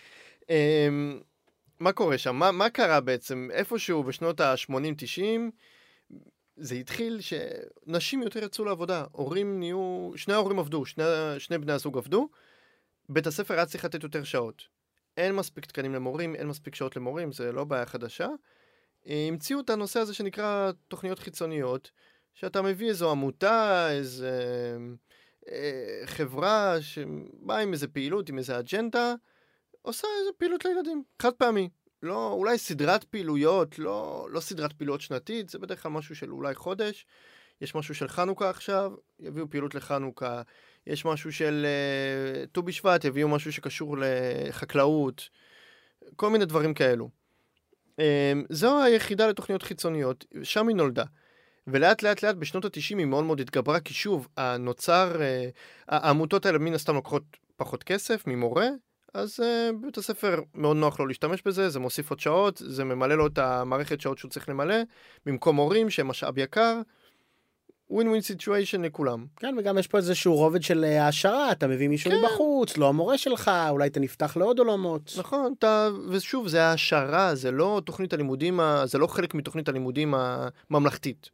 מה קורה שם? מה קרה בעצם? איפשהו בשנות ה-80-90, זה התחיל שנשים יותר יצאו לעבודה. שני ההורים עבדו, שני בני הזוג עבדו. בית הספר היה צריך לתת יותר שעות. אין מספיק תקנים למורים, אין מספיק שעות למורים, זה לא בעיה חדשה. המציאו את הנושא הזה שנקרא תוכניות חיצוניות, שאתה מביא איזו עמותה, חברה שבאה עם איזה פעילות, עם איזה אג'נדה, עושה איזה פעילות לילדים, חד פעמי. לא, אולי סדרת פעילויות, לא סדרת פעילויות שנתית, זה בדרך כלל משהו של אולי חודש. יש משהו של חנוכה עכשיו, יביאו פעילות לחנוכה. יש משהו של ט"ו בשבט, יביאו משהו שקשור לחקלאות. כל מיני דברים כאלו. זו היחידה לתוכניות חיצוניות, שם היא נולדה. ולאט לאט לאט בשנות ה-90 היא מאוד מאוד התגברה, כי שוב, העמותות האלה מן הסתם לוקחות פחות כסף ממורה, אז בית הספר מאוד נוח לו להשתמש בזה, זה מוסיף עוד שעות, זה ממלא לו את המערכת שעות שהוא צריך למלא, במקום מורים שהם משאב יקר, ווין-ווין סיטואשן לכולם. כן, וגם יש פה איזשהו רובד של העשרה, אתה מביא מישהו מבחוץ, לא המורה שלך, אולי אתה נפתח לעוד עולמות. נכון, ושוב, זה העשרה, זה לא תוכנית הלימודים, זה לא חלק מתוכנית הלימודים הממלכתית.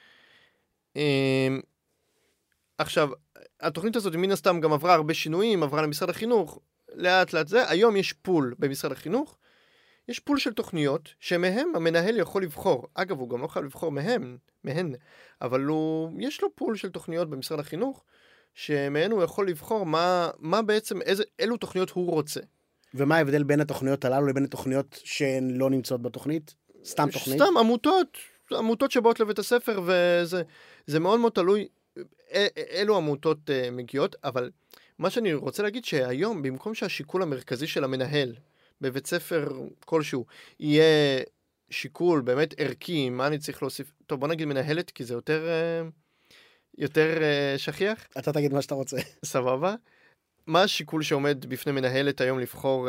עכשיו, התוכנית הזאת מן הסתם גם עברה הרבה שינויים, עברה למשרד החינוך, לאט לאט זה, היום יש פול במשרד החינוך, יש פול של תוכניות שמהם המנהל יכול לבחור. אגב, הוא גם לא חייב לבחור מהן, אבל יש לו פול של תוכניות במשרד החינוך, שמהן הוא יכול לבחור מה בעצם, אילו תוכניות הוא רוצה. ומה ההבדל בין התוכניות הללו לבין התוכניות שהן לא נמצאות בתוכנית? סתם תוכנית? סתם עמותות שבאות לבית הספר, וזה מאוד מאוד תלוי אילו עמותות מגיעות, אבל מה שאני רוצה להגיד שהיום, במקום שהשיקול המרכזי של המנהל, בבית ספר כלשהו, יהיה שיקול באמת ערכי, מה אני צריך להוסיף? טוב, בוא נגיד מנהלת, כי זה יותר שכיח. אתה תגיד מה שאתה רוצה. סבבה. מה השיקול שעומד בפני מנהלת היום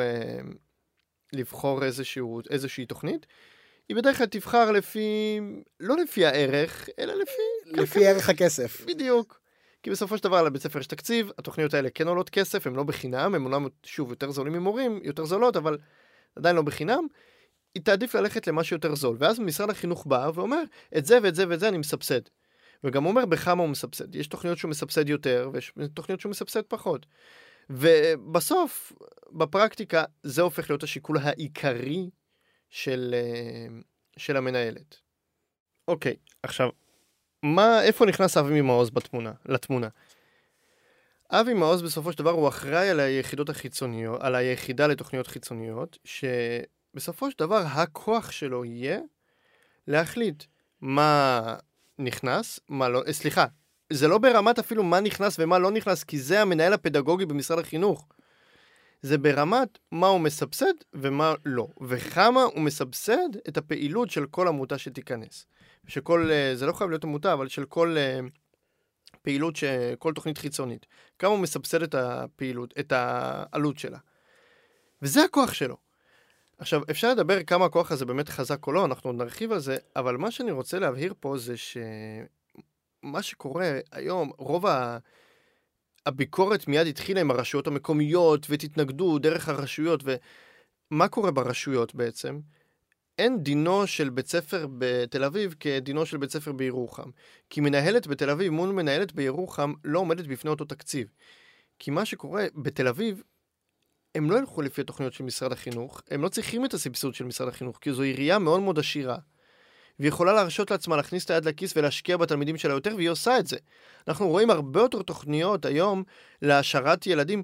לבחור איזושהי תוכנית? היא בדרך כלל תבחר לא לפי הערך, אלא לפי ערך הכסף. בדיוק. כי בסופו של דבר לבית ספר יש תקציב, התוכניות האלה כן עולות כסף, הן לא בחינם, הן אומנם שוב יותר זולים ממורים, יותר זולות, אבל עדיין לא בחינם. היא תעדיף ללכת למה שיותר זול. ואז משרד החינוך בא ואומר, את זה ואת זה ואת זה אני מסבסד. וגם אומר בכמה הוא מסבסד. יש תוכניות שהוא מסבסד יותר, ויש תוכניות שהוא מסבסד פחות. ובסוף, בפרקטיקה, זה הופך להיות השיקול העיקרי של המנהלת. אוקיי, עכשיו, איפה נכנס אבי מעוז לתמונה? אבי מעוז בסופו של דבר הוא אחראי על היחידות החיצוניות, על היחידה לתוכניות חיצוניות, שבסופו של דבר הכוח שלו יהיה להחליט מה נכנס, מה לא, סליחה, זה לא ברמת אפילו מה נכנס ומה לא נכנס, כי זה המנהל הפדגוגי במשרד החינוך. זה ברמת מה הוא מסבסד ומה לא, וכמה הוא מסבסד את הפעילות של כל עמותה שתיכנס. זה לא חייב להיות עמותה, אבל של כל פעילות, כל תוכנית חיצונית. כמה הוא מסבסד את הפעילות, את העלות שלה. וזה הכוח שלו. עכשיו, אפשר לדבר כמה הכוח הזה באמת חזק או לא, אנחנו עוד נרחיב על זה, אבל מה שאני רוצה להבהיר פה זה שמה שקורה היום, רוב הביקורת מיד התחילה עם הרשויות המקומיות, ותתנגדו דרך הרשויות, ומה קורה ברשויות בעצם? אין דינו של בית ספר בתל אביב כדינו של בית ספר בירוחם. כי מנהלת בתל אביב מול מנהלת בירוחם לא עומדת בפני אותו תקציב. כי מה שקורה בתל אביב, הם לא ילכו לפי התוכניות של משרד החינוך, הם לא צריכים את הסבסוד של משרד החינוך, כי זו עירייה מאוד מאוד עשירה. והיא יכולה להרשות לעצמה להכניס את היד לכיס ולהשקיע בתלמידים שלה יותר, והיא עושה את זה. אנחנו רואים הרבה יותר תוכניות היום להשארת ילדים,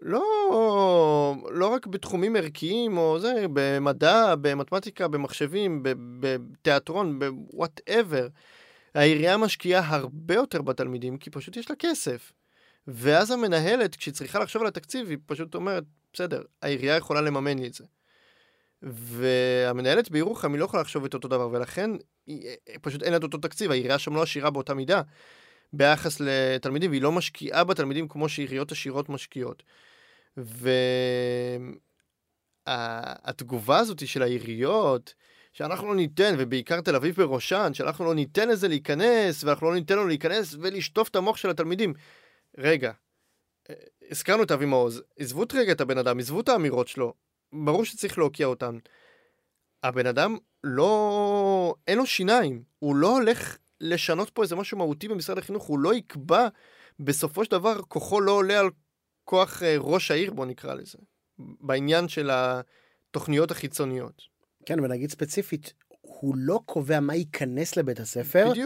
לא רק בתחומים ערכיים, או זה, במדע, במתמטיקה, במחשבים, בתיאטרון, ב-whatever. העירייה משקיעה הרבה יותר בתלמידים, כי פשוט יש לה כסף. ואז המנהלת, כשהיא צריכה לחשוב על התקציב, היא פשוט אומרת, בסדר, העירייה יכולה לממן לי את זה. והמנהלת בירוחם היא לא יכולה לחשוב את אותו דבר, ולכן פשוט אין את אותו תקציב, העירייה שם לא עשירה באותה מידה, ביחס לתלמידים, והיא לא משקיעה בתלמידים כמו שעיריות עשירות משקיעות. והתגובה הזאת של העיריות, שאנחנו לא ניתן, ובעיקר תל אביב בראשן, שאנחנו לא ניתן לזה להיכנס, ואנחנו לא ניתן לו להיכנס ולשטוף את המוח של התלמידים. רגע, הזכרנו את אבי מעוז, עזבו רגע את הבן אדם, עזבו את האמירות שלו, ברור שצריך להוקיע אותן. הבן אדם אין לו שיניים, הוא לא הולך לשנות פה איזה משהו מהותי במשרד החינוך, הוא לא יקבע, בסופו של דבר כוחו לא עולה על כוח ראש העיר, בוא נקרא לזה, בעניין של התוכניות החיצוניות. כן, ונגיד ספציפית, הוא לא קובע מה ייכנס לבית הספר, בדיוק.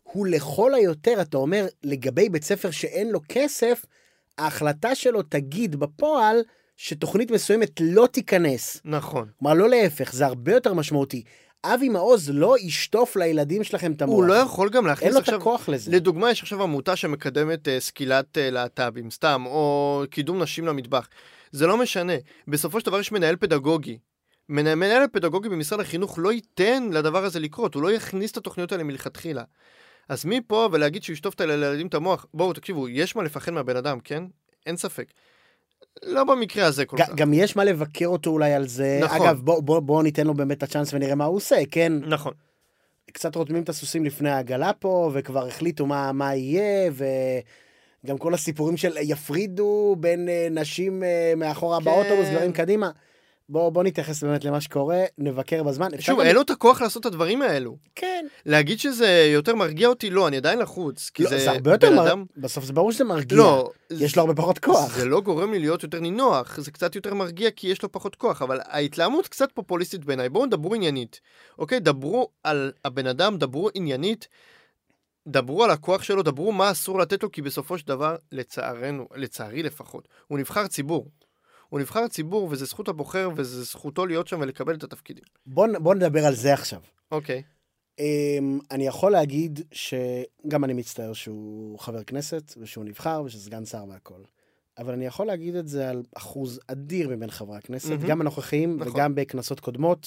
הוא לכל היותר, אתה אומר, לגבי בית ספר שאין לו כסף, ההחלטה שלו תגיד בפועל שתוכנית מסוימת לא תיכנס. נכון. כלומר, לא להפך, זה הרבה יותר משמעותי. אבי מעוז לא ישטוף לילדים שלכם את המוח. הוא לא יכול גם להכניס אין לו עכשיו... את הכוח לזה. לדוגמה, יש עכשיו עמותה שמקדמת סקילת להט"בים, סתם, או קידום נשים למטבח. זה לא משנה. בסופו של דבר יש מנהל פדגוגי. מנהל פדגוגי במשרד החינוך לא ייתן לדבר הזה לקרות, הוא לא יכניס את התוכניות האלה מלכתחילה. אז מפה ולהגיד שהוא ישטוף את הילדים את המוח, בואו תקשיבו, יש מה לפחד מהבן אדם, כן? אין ספק. לא במקרה הזה כל כך. גם יש מה לבקר אותו אולי על זה. נכון. אגב, בואו ניתן לו באמת את הצ'אנס ונראה מה הוא עושה, כן? נכון. קצת רותמים את הסוסים לפני העגלה פה, וכבר החליטו מה יהיה, וגם כל הסיפורים של יפרידו בין נשים מאחורה באוטובוס, דברים קדימה. בואו נתייחס באמת למה שקורה, נבקר בזמן. שוב, אין לו את הכוח לעשות את הדברים האלו. כן. להגיד שזה יותר מרגיע אותי, לא, אני עדיין לחוץ. כי זה הרבה יותר בסוף זה ברור שזה מרגיע. לא. יש לו הרבה פחות כוח. זה לא גורם לי להיות יותר נינוח, זה קצת יותר מרגיע כי יש לו פחות כוח, אבל ההתלהמות קצת פופוליסטית בעיניי. בואו נדברו עניינית. אוקיי, דברו על הבן אדם, דברו עניינית, דברו על הכוח שלו, דברו מה אסור לתת לו, כי בסופו של דבר, לצערי לפחות, הוא נבחר ציבור. הוא נבחר ציבור, וזה זכות הבוחר, וזה זכותו להיות שם ולקבל את התפקידים. בוא נדבר על זה עכשיו. אוקיי. אני יכול להגיד שגם אני מצטער שהוא חבר כנסת, ושהוא נבחר, ושהוא סגן שר והכל. אבל אני יכול להגיד את זה על אחוז אדיר מבין חברי הכנסת, גם הנוכחים וגם בכנסות קודמות,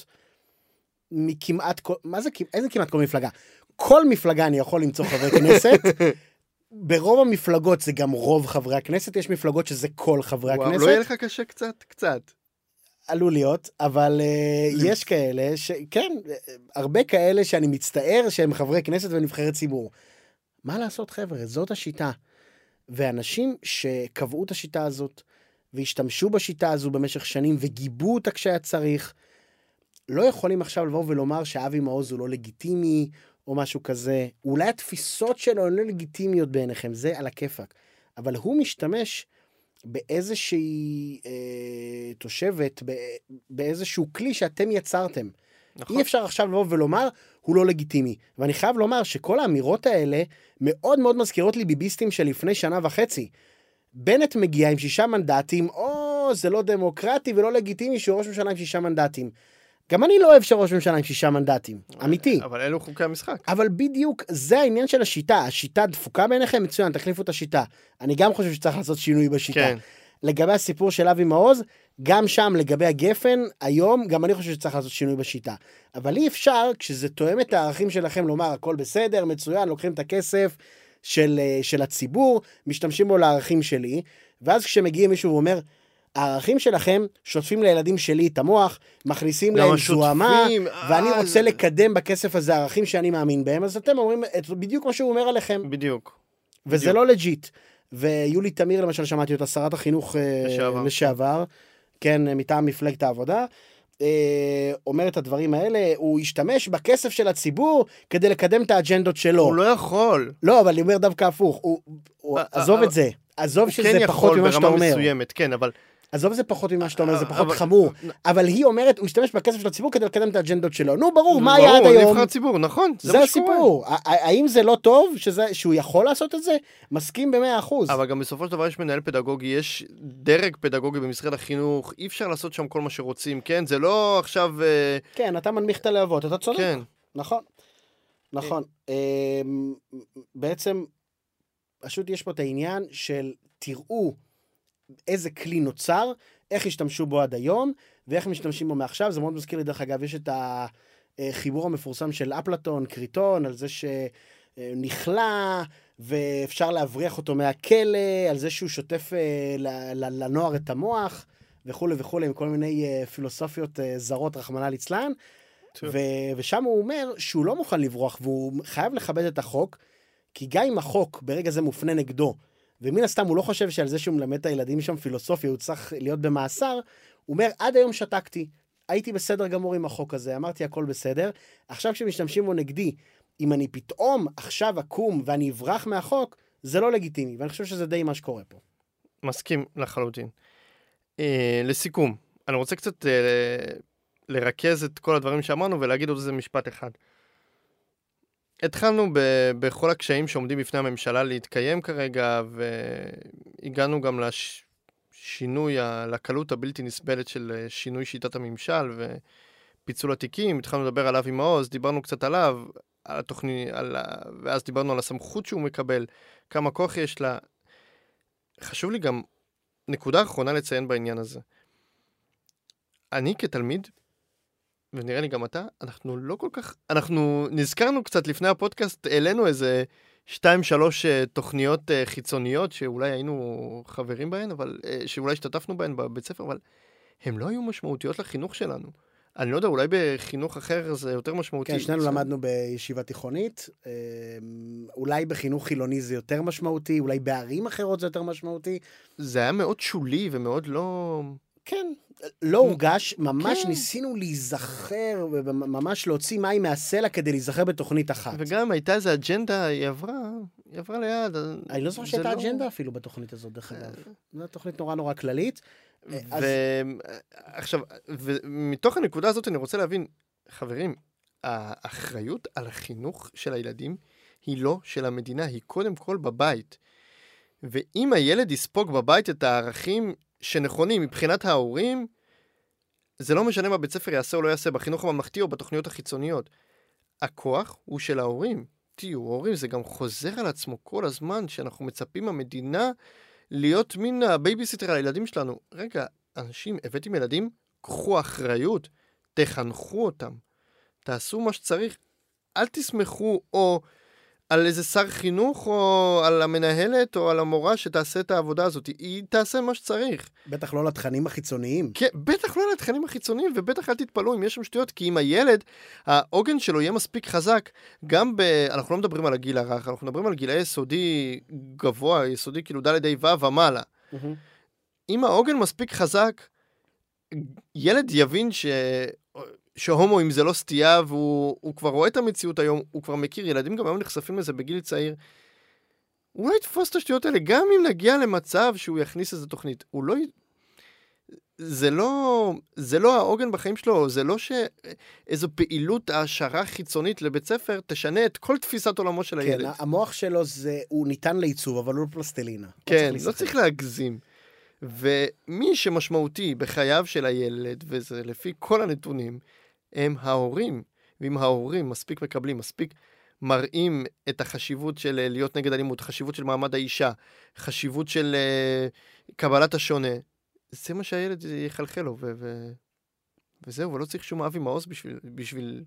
מכמעט, איזה כמעט כל מפלגה? כל מפלגה אני יכול למצוא חברי כנסת, ברוב המפלגות זה גם רוב חברי הכנסת, יש מפלגות שזה כל חברי הכנסת. לא יהיה לך קשה קצת? עלול להיות, אבל יש כאלה, כן, הרבה כאלה שאני מצטער שהם חברי כנסת ונבחרי ציבור. מה לעשות חבר'ה? זאת השיטה. ואנשים שקבעו את השיטה הזאת, והשתמשו בשיטה הזו במשך שנים, וגיבו אותה כשהיה צריך, לא יכולים עכשיו לבוא ולומר שאבי מעוז הוא לא לגיטימי, או משהו כזה. אולי התפיסות שלו הן לא לגיטימיות בעיניכם, זה על הכיפק. אבל הוא משתמש באיזושהי תושבת, באיזשהו כלי שאתם יצרתם. נכון. אי אפשר עכשיו לבוא ולומר, הוא לא לגיטימי. ואני חייב לומר שכל האמירות האלה מאוד מאוד מזכירות לי ביביסטים של לפני שנה וחצי. בנט מגיע עם 6 מנדטים, זה לא דמוקרטי ולא לגיטימי שהוא ראש ממשלה עם 6 מנדטים. גם אני לא אוהב שראש ממשלה עם 6 מנדטים, אמיתי. אבל אלו חוקי המשחק. אבל בדיוק זה העניין של השיטה. השיטה דפוקה בעיניכם, מצוין, תחליפו את השיטה. אני גם חושב שצריך לעשות שינוי בשיטה. כן. לגבי הסיפור של אבי מעוז, גם שם לגבי הגפן, היום גם אני חושב שצריך לעשות שינוי בשיטה. אבל אי אפשר, כשזה תואם את הערכים שלכם, לומר הכל בסדר, מצוין, לוקחים את הכסף של הציבור, משתמשים בו לערכים שלי, ואז כשמגיע מישהו ואומר, הערכים שלכם שוטפים לילדים שלי את המוח, מכניסים להם זוהמה, ואני רוצה לקדם בכסף הזה הערכים שאני מאמין בהם, אז אתם אומרים בדיוק מה שהוא אומר עליכם. בדיוק. וזה לא לג'יט. ויולי תמיר, למשל, שמעתי אותה, שרת החינוך לשעבר, כן, מטעם מפלגת העבודה, אומר את הדברים האלה, הוא ישתמש בכסף של הציבור כדי לקדם את האג'נדות שלו. הוא לא יכול. לא, אבל אני אומר דווקא הפוך, עזוב את זה. עזוב שזה פחות ממה שאתה אומר. הוא כן יכול ברמה מסוימת, כן, אבל... עזוב זה פחות ממה שאתה אומר, זה פחות חמור. אבל היא אומרת, הוא ישתמש בכסף של הציבור כדי לקדם את האג'נדות שלו. נו, ברור, מה היה עד היום? הוא נבחר ציבור, נכון. זה הסיפור. האם זה לא טוב שהוא יכול לעשות את זה? מסכים ב100%. אבל גם בסופו של דבר יש מנהל פדגוגי, יש דרג פדגוגי במשרד החינוך, אי אפשר לעשות שם כל מה שרוצים, כן? זה לא עכשיו... כן, אתה מנמיך את הלהבות, אתה צודק. כן. נכון. נכון. בעצם, פשוט יש פה את העניין של תראו איזה כלי נוצר, איך השתמשו בו עד היום, ואיך משתמשים בו מעכשיו. זה מאוד מזכיר לי, דרך אגב, יש את החיבור המפורסם של אפלטון, קריטון, על זה שנכלה, ואפשר להבריח אותו מהכלא, על זה שהוא שוטף לנוער את המוח, וכו' וכו', עם כל מיני פילוסופיות זרות, רחמנא ליצלן, ושם הוא אומר שהוא לא מוכן לברוח, והוא חייב לכבד את החוק, כי גם אם החוק ברגע זה מופנה נגדו, ומן הסתם הוא לא חושב שעל זה שהוא מלמד את הילדים שם פילוסופיה, הוא צריך להיות במאסר, הוא אומר, עד היום שתקתי, הייתי בסדר גמור עם החוק הזה, אמרתי הכל בסדר, עכשיו כשמשתמשים בו נגדי, אם אני פתאום עכשיו אקום ואני אברח מהחוק, זה לא לגיטימי, ואני חושב שזה די מה שקורה פה. מסכים לחלוטין. לסיכום, אני רוצה קצת לרכז את כל הדברים שאמרנו, ולהגיד עוד איזה משפט אחד. התחלנו בכל הקשיים שעומדים בפני הממשלה להתקיים כרגע, והגענו גם לשינוי, לקלות הבלתי נסבלת של שינוי שיטת הממשל ופיצול התיקים. התחלנו לדבר על אבי מעוז, דיברנו קצת עליו, על התוכנית, ואז דיברנו על הסמכות שהוא מקבל, כמה כוח יש לה. חשוב לי גם נקודה אחרונה לציין בעניין הזה. אני כתלמיד, ונראה לי גם אתה, אנחנו לא כל כך, אנחנו נזכרנו קצת לפני הפודקאסט, אלינו איזה 2-3 תוכניות חיצוניות, שאולי היינו חברים בהן, אבל שאולי השתתפנו בהן בבית ספר, אבל הן לא היו משמעותיות לחינוך שלנו. אני לא יודע, אולי בחינוך אחר זה יותר משמעותי. כן, שנינו למדנו בישיבה תיכונית, אולי בחינוך חילוני זה יותר משמעותי, אולי בערים אחרות זה יותר משמעותי. זה היה מאוד שולי ומאוד לא... כן, לא הורגש, ממש ניסינו להיזכר, וממש להוציא מים מהסלע כדי להיזכר בתוכנית אחת. וגם הייתה איזו אג'נדה, היא עברה ליד. אני לא זוכר שהייתה אג'נדה אפילו בתוכנית הזאת, דרך אגב. זו תוכנית נורא כללית. עכשיו, ומתוך הנקודה הזאת אני רוצה להבין, חברים, האחריות על החינוך של הילדים היא לא של המדינה, היא קודם כל בבית. ואם הילד יספוג בבית את הערכים שנכונים מבחינת ההורים, זה לא משנה מה בית ספר יעשה או לא יעשה, בחינוך הממלכתי או בתוכניות החיצוניות. הכוח הוא של ההורים. תהיו הורים, זה גם חוזר על עצמו כל הזמן, שאנחנו מצפים מהמדינה להיות מין הבייביסיטר על הילדים שלנו. רגע, אנשים, הבאתם ילדים, קחו אחריות, תחנכו אותם, תעשו מה שצריך, אל תסמכו או על איזה שר חינוך, או על המנהלת, או על המורה שתעשה את העבודה הזאת. היא תעשה מה שצריך. בטח לא לתכנים החיצוניים. כן, בטח לא לתכנים החיצוניים, ובטח אל תתפלאו אם יש שם שטויות, כי אם הילד, העוגן שלו יהיה מספיק חזק, גם אנחנו לא מדברים על הגיל הרך, אנחנו מדברים על גילי יסודי גבוה, יסודי כאילו ד' ה' ו' ומעלה. אם העוגן מספיק חזק, ילד יבין שהומואים זה לא סטייה, והוא כבר רואה את המציאות היום, הוא כבר מכיר, ילדים גם היום נחשפים לזה בגיל צעיר. הוא לא יתפוס את השטויות האלה, גם אם נגיע למצב שהוא יכניס איזו תוכנית. הוא לא... זה לא העוגן בחיים שלו, זה לא שאיזו פעילות העשרה חיצונית לבית ספר תשנה את כל תפיסת עולמו של הילד. כן, המוח שלו הוא ניתן לעיצוב, אבל הוא פלסטלינה. כן, לא צריך להגזים. ומי שמשמעותי בחייו של הילד, וזה לפי כל הנתונים, הם ההורים. ואם ההורים מספיק מקבלים, מספיק מראים את החשיבות של להיות נגד אלימות, חשיבות של מעמד האישה, חשיבות של קבלת השונה, זה מה שהילד יחלחל לו, וזהו, ולא צריך שום אבי מעוז בשביל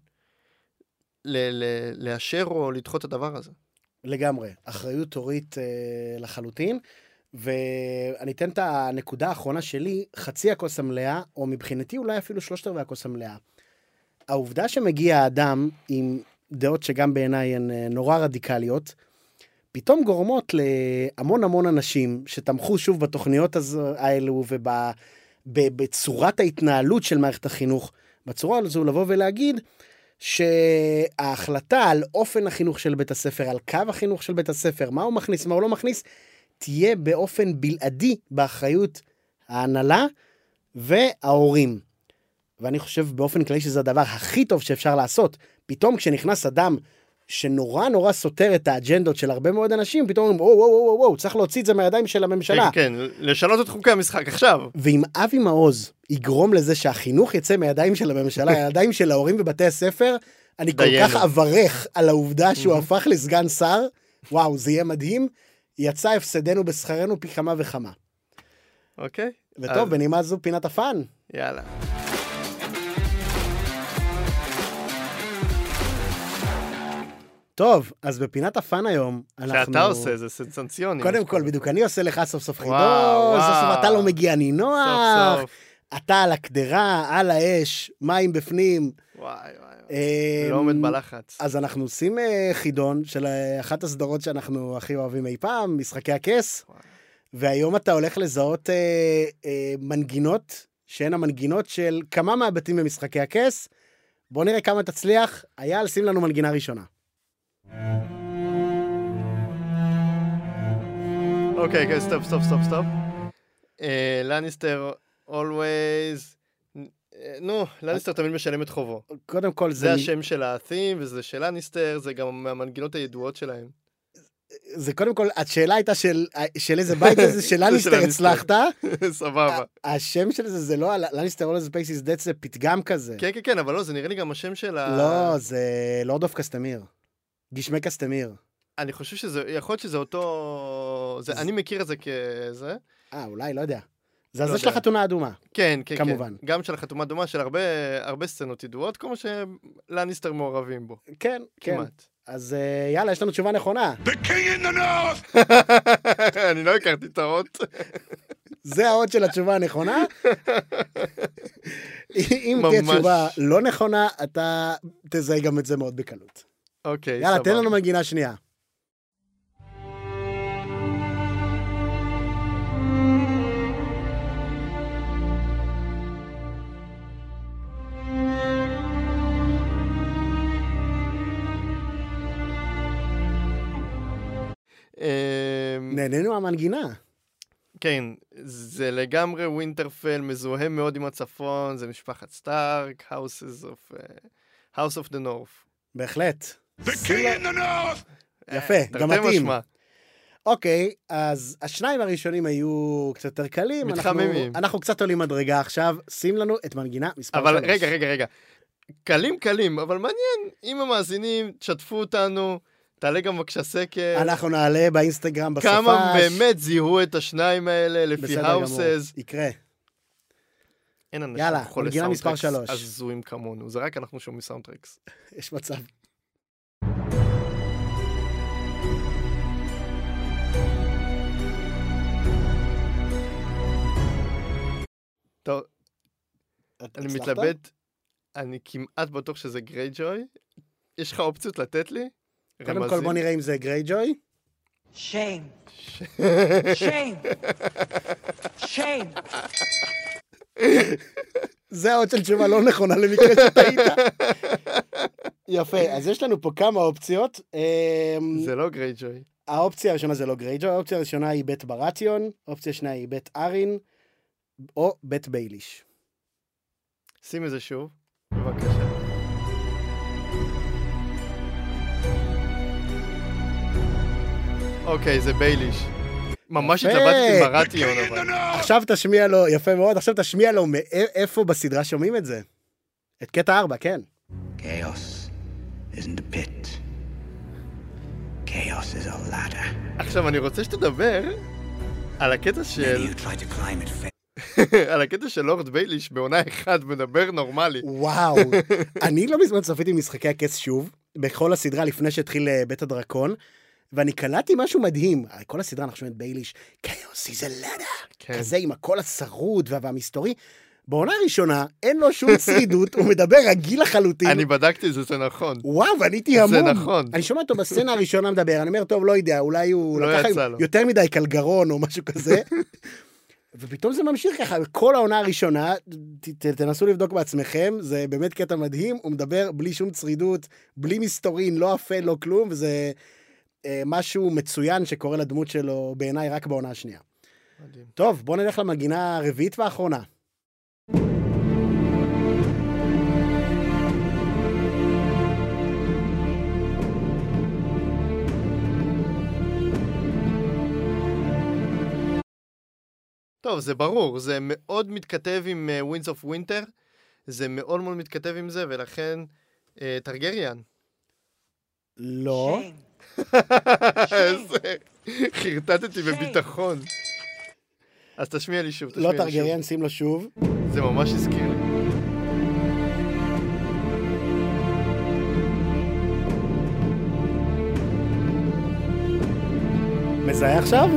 לאשר או לדחות את הדבר הזה. לגמרי, אחריות הורית לחלוטין, ואני אתן את הנקודה האחרונה שלי, חצי הכוס המלאה, או מבחינתי אולי אפילו 3/4 הכוס המלאה. העובדה שמגיע האדם עם דעות שגם בעיניי הן נורא רדיקליות, פתאום גורמות להמון אנשים שתמכו שוב בתוכניות האלו ובצורת ההתנהלות של מערכת החינוך, בצורה הזו לבוא ולהגיד שההחלטה על אופן החינוך של בית הספר, על קו החינוך של בית הספר, מה הוא מכניס, מה הוא לא מכניס, תהיה באופן בלעדי באחריות ההנהלה וההורים. ואני חושב באופן כללי שזה הדבר הכי טוב שאפשר לעשות. פתאום כשנכנס אדם שנורא סותר את האג'נדות של הרבה מאוד אנשים, פתאום אומרים, וואו, צריך להוציא את זה מהידיים של הממשלה. כן, לשנות את חוקי המשחק עכשיו. ואם אבי מעוז יגרום לזה שהחינוך יצא מהידיים של הממשלה, מהידיים של ההורים בבתי הספר, אני כל כך אברך על העובדה שהוא הפך לסגן שר, וואו, זה יהיה מדהים, יצא הפסדנו בשכרנו פי כמה וכמה. אוקיי. וטוב, בנימה זו פינת הפן. יאללה. טוב, אז בפינת הפן היום, אנחנו... שאתה עושה, זה סנסציוני. קודם כל, בדיוק, אני עושה לך סוף סוף חידון, סוף אתה לא מגיע נינוח, אתה על הקדרה, על האש, מים בפנים. וואי, לא עומד בלחץ. אז אנחנו עושים חידון של אחת הסדרות שאנחנו הכי אוהבים אי פעם, משחקי הכס, והיום אתה הולך לזהות מנגינות, שהן המנגינות של כמה מהבתים במשחקי הכס. בוא נראה כמה תצליח. אייל, שים לנו מנגינה ראשונה. אוקיי, סטופ. לניסטר, always, נו, לניסטר תמיד משלם את חובו. קודם כל זה השם של ה-theme, וזה של לניסטר, זה גם מהמנגינות הידועות שלהם. זה קודם כל, השאלה הייתה של איזה בית זה של לניסטר הצלחת. סבבה. השם של זה לא, לניסטר all the space is dead, זה פתגם כזה. כן, כן, כן, אבל לא, זה נראה לי גם השם של ה... לא, זה לורד אוף קסטמיר. גשמי קסטמיר. אני חושב שזה, יכול להיות שזה אותו... אני מכיר את זה כזה. אולי, לא יודע. זה הזה של החתונה האדומה. כן, כן, כמובן. כן. גם של החתונה האדומה, של הרבה סצנות ידועות, כמו שלניסטר מעורבים בו. כן, כן. כמעט. אז יאללה, יש לנו תשובה נכונה. The king in the north! אני לא הכרתי את האות. זה האות של התשובה הנכונה. אם תהיה תשובה לא נכונה, אתה תזהה גם את זה מאוד בקלות. אוקיי, סבבה. יאללה, תן לנו מנגינה שנייה. נהנינו המנגינה. כן, זה לגמרי ווינטרפל, מזוהה מאוד עם הצפון, זה משפחת סטארק, House of the North. בהחלט. The king in the north! יפה, גם מתאים. משמע. אוקיי, אז השניים הראשונים היו קצת יותר קלים. מתחממים. אנחנו קצת עולים מדרגה עכשיו, שים לנו את מנגינה מספר 3. אבל רגע. קלים, אבל מעניין, אם המאזינים תשתפו אותנו, תעלה גם בבקשה סקר. אנחנו נעלה באינסטגרם בסופש. כמה באמת זיהו את השניים האלה לפי האוסס. יקרה. אין אנשים יאללה, חולי מנגינה מספר 3. סאונדטרקס הזויים כמונו, זה רק אנחנו שומעים סאונדטרקס. יש מצב. טוב, אני מתלבט, אני כמעט בטוח שזה גרייג'וי. יש לך אופציות לתת לי? קודם כל בוא נראה אם זה גרייג'וי. Shame. Shame. זה עוד של תשובה לא נכונה למקרה שטעית. יפה, אז יש לנו פה כמה אופציות. זה לא גרייג'וי. האופציה הראשונה זה לא גרייג'וי, האופציה הראשונה היא בית ברטיון, האופציה השנייה היא בית ארין, או בית בייליש. שים את זה שוב, בבקשה. אוקיי, זה בייליש. ממש התלבטתי עם ברטיון, אבל... עכשיו תשמיע לו, יפה מאוד, עכשיו תשמיע לו מאיפה בסדרה שומעים את זה. את קטע 4, כן. Chaos isn't a pit. Chaos is a ladder. עכשיו, אני רוצה שתדבר על הקטע של... You try to climb it על הקטע של לורד בייליש בעונה 1 מדבר נורמלי. וואו, אני לא מזמן צפיתי משחקי הכס שוב, בכל הסדרה לפני שהתחיל בית הדרקון, ואני קלטתי משהו מדהים. כל הסדרה אנחנו שומעים את בייליש, Chaos is a ladder, כזה עם הקול הצרוד והמסתורי. בעונה הראשונה אין לו שום שרידות, הוא מדבר רגיל לחלוטין. אני בדקתי את זה, זה נכון. וואו, ואני הייתי המום. זה נכון. אני שומע אותו בסצנה הראשונה מדבר, אני אומר, טוב, לא יודע, אולי הוא לא לקח יצא לו. יותר מדי קלגרון או משהו כזה. ופתאום זה ממשיך ככה, כל העונה הראשונה, תנסו לבדוק בעצמכם, זה באמת קטע מדהים, הוא מדבר בלי שום צרידות, בלי מסתורין, לא אפל, לא כלום, וזה משהו מצוין שקורה לדמות שלו בעיניי רק בעונה השנייה. מדהים. טוב, בואו נלך למנגינה הרביעית והאחרונה. טוב, זה ברור, זה מאוד מתכתב עם Winds of Winter, זה מאוד מאוד מתכתב עם זה, ולכן טרגריאן. לא. חרטטתי בביטחון. אז תשמיע לי שוב, לא טרגריאן, שים לו שוב. זה ממש הזכיר לי. מזהה עכשיו?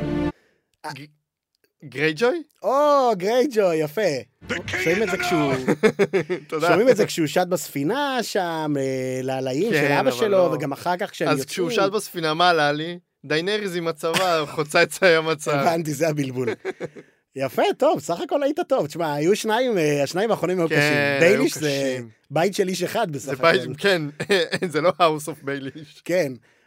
גרייג'וי? או, גרייג'וי, יפה. שומעים את זה כשהוא... תודה. שומעים את זה כשהוא שט בספינה שם, לעליים של אבא שלו, וגם אחר כך כשהם יוצאים. אז כשהוא שט בספינה, מה עלה לי? דיינריז עם הצבא, חוצה את ציי המצב. הבנתי, זה הבלבול. יפה, טוב, סך הכל היית טוב. תשמע, היו השניים האחרונים מאוד קשים. בייליש זה בית של איש אחד בסך הכל. כן, זה לא House of בייליש. כן.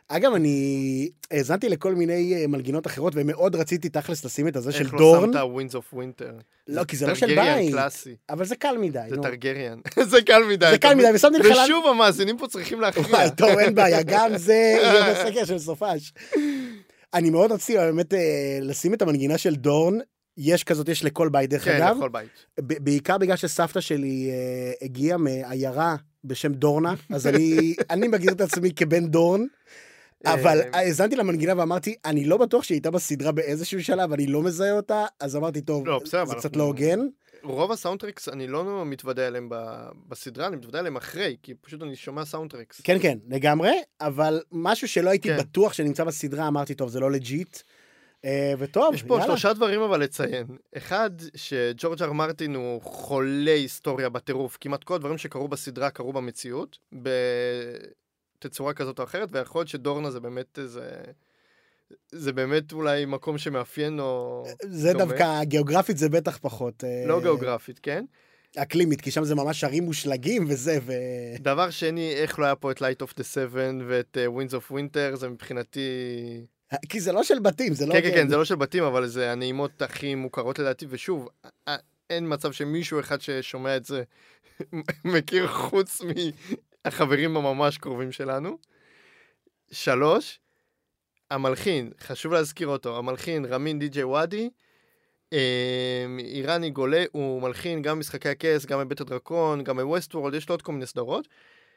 אגב, אני האזנתי לכל מיני מלגינות אחרות, ומאוד רציתי תכלס לשים את הזה של איך לא דורן. שמת Winds of Winter? לא, כי זה לא של טרגריאן בית. קלאסי. אבל זה קל מדי. זה נו. טרגריאן. זה קל מדי. זה קל מדי, ושמתי לך... ושוב המאזינים פה צריכים להכריע. וואי, טוב, אין בעיה, גם זה יהיה בסקר של סופש. אני מאוד רציתי באמת לשים את המנגינה של דורן, יש כזאת, יש לכל בית דרך כן, אגב. לכל בית. בעיקר בגלל שסבתא שלי הגיעה מעיירה בשם דורנה, אז אני מגדיר את עצמי כבן דורן, אבל האזנתי למנגינה ואמרתי, אני לא בטוח שהיא הייתה בסדרה באיזשהו שלב, אני לא מזהה אותה, אז אמרתי, טוב, זה קצת לא הוגן. רוב הסאונדטרקס, אני לא מתוודע עליהם בסדרה, אני מתוודע עליהם אחרי, כי פשוט אני שומע סאונדטרקס. כן, כן, לגמרי, אבל משהו שלא הייתי בטוח שנמצא בסדרה, אמרתי, טוב, זה לא לג'יט, וטוב, יש פה יאללה. 3 דברים אבל לציין. אחד, שג'ורג' אר מרטין הוא חולה היסטוריה בטירוף. כמעט כל הדברים שקרו בסדרה קרו במציאות, בתצורה כזאת או אחרת, ויכול להיות שדורנה זה באמת זה באמת אולי מקום שמאפיין או... זה דווקא, גיאוגרפית זה בטח פחות. לא גיאוגרפית, כן? אקלימית, כי שם זה ממש ערים מושלגים וזה, דבר שני, איך לא היה פה את Light of the Seven ואת Winds of Winter, זה מבחינתי... כי זה לא של בתים, זה לא... כן, כן, כן, זה לא של בתים, אבל זה הנעימות הכי מוכרות לדעתי, ושוב, אין מצב שמישהו אחד ששומע את זה מכיר חוץ מהחברים הממש קרובים שלנו. 3, המלחין, חשוב להזכיר אותו, המלחין רמין די.ג'יי וואדי, איראני גולה, הוא מלחין גם משחקי הכס, גם בבית הדרקון, גם בווסט וורלד, יש לו עוד כל מיני סדרות.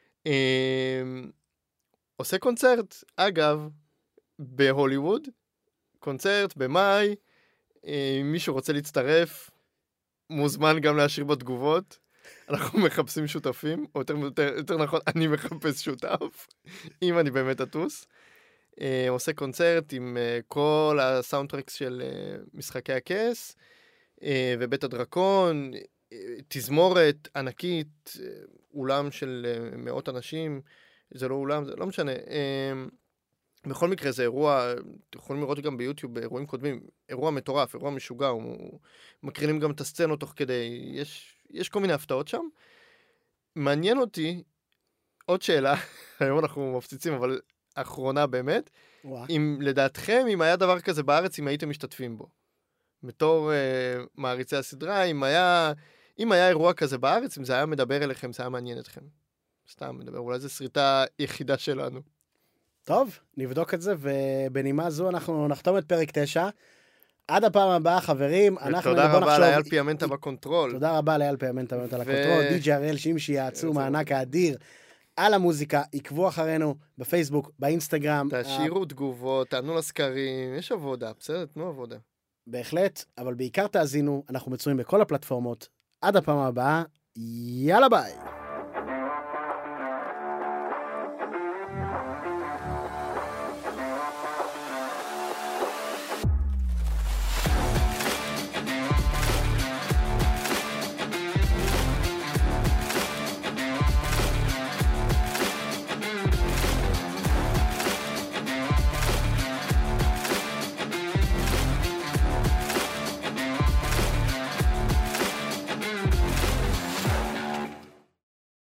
עושה קונצרט, אגב, בהוליווד, קונצרט במאי, אם מישהו רוצה להצטרף, מוזמן גם להשאיר בתגובות. אנחנו מחפשים שותפים, או יותר נכון, אני מחפש שותף, אם אני באמת אטוס. עושה קונצרט עם כל הסאונדטרקס של משחקי הכס, ובית הדרקון, תזמורת ענקית, אולם של מאות אנשים, זה לא אולם, זה לא משנה. בכל מקרה זה אירוע, אתם יכולים לראות גם ביוטיוב, באירועים קודמים, אירוע מטורף, אירוע משוגע, מקרינים גם את הסצנות תוך כדי, יש כל מיני הפתעות שם. מעניין אותי, עוד שאלה, היום אנחנו מפציצים, אבל אחרונה באמת, אם לדעתכם, אם היה דבר כזה בארץ, אם הייתם משתתפים בו, בתור מעריצי הסדרה, אם היה אירוע כזה בארץ, אם זה היה מדבר אליכם, זה היה מעניין אתכם. סתם מדבר, אולי זו סריטה יחידה שלנו. טוב, נבדוק את זה, ובנימה זו אנחנו נחתום את פרק 9. עד הפעם הבאה, חברים. ותודה רבה לאייל פיאמנטה בקונטרול. תודה רבה לאייל פיאמנטה על הקונטרול. די.ג'יי הראל שימשי העצום, הענק האדיר על המוזיקה. עקבו אחרינו בפייסבוק, באינסטגרם. תשאירו תגובות, תענו לסקרים, יש עבודה, בסדר, תנו עבודה. בהחלט, אבל בעיקר תאזינו, אנחנו מצויים בכל הפלטפורמות. עד הפעם הבאה, יאללה ביי.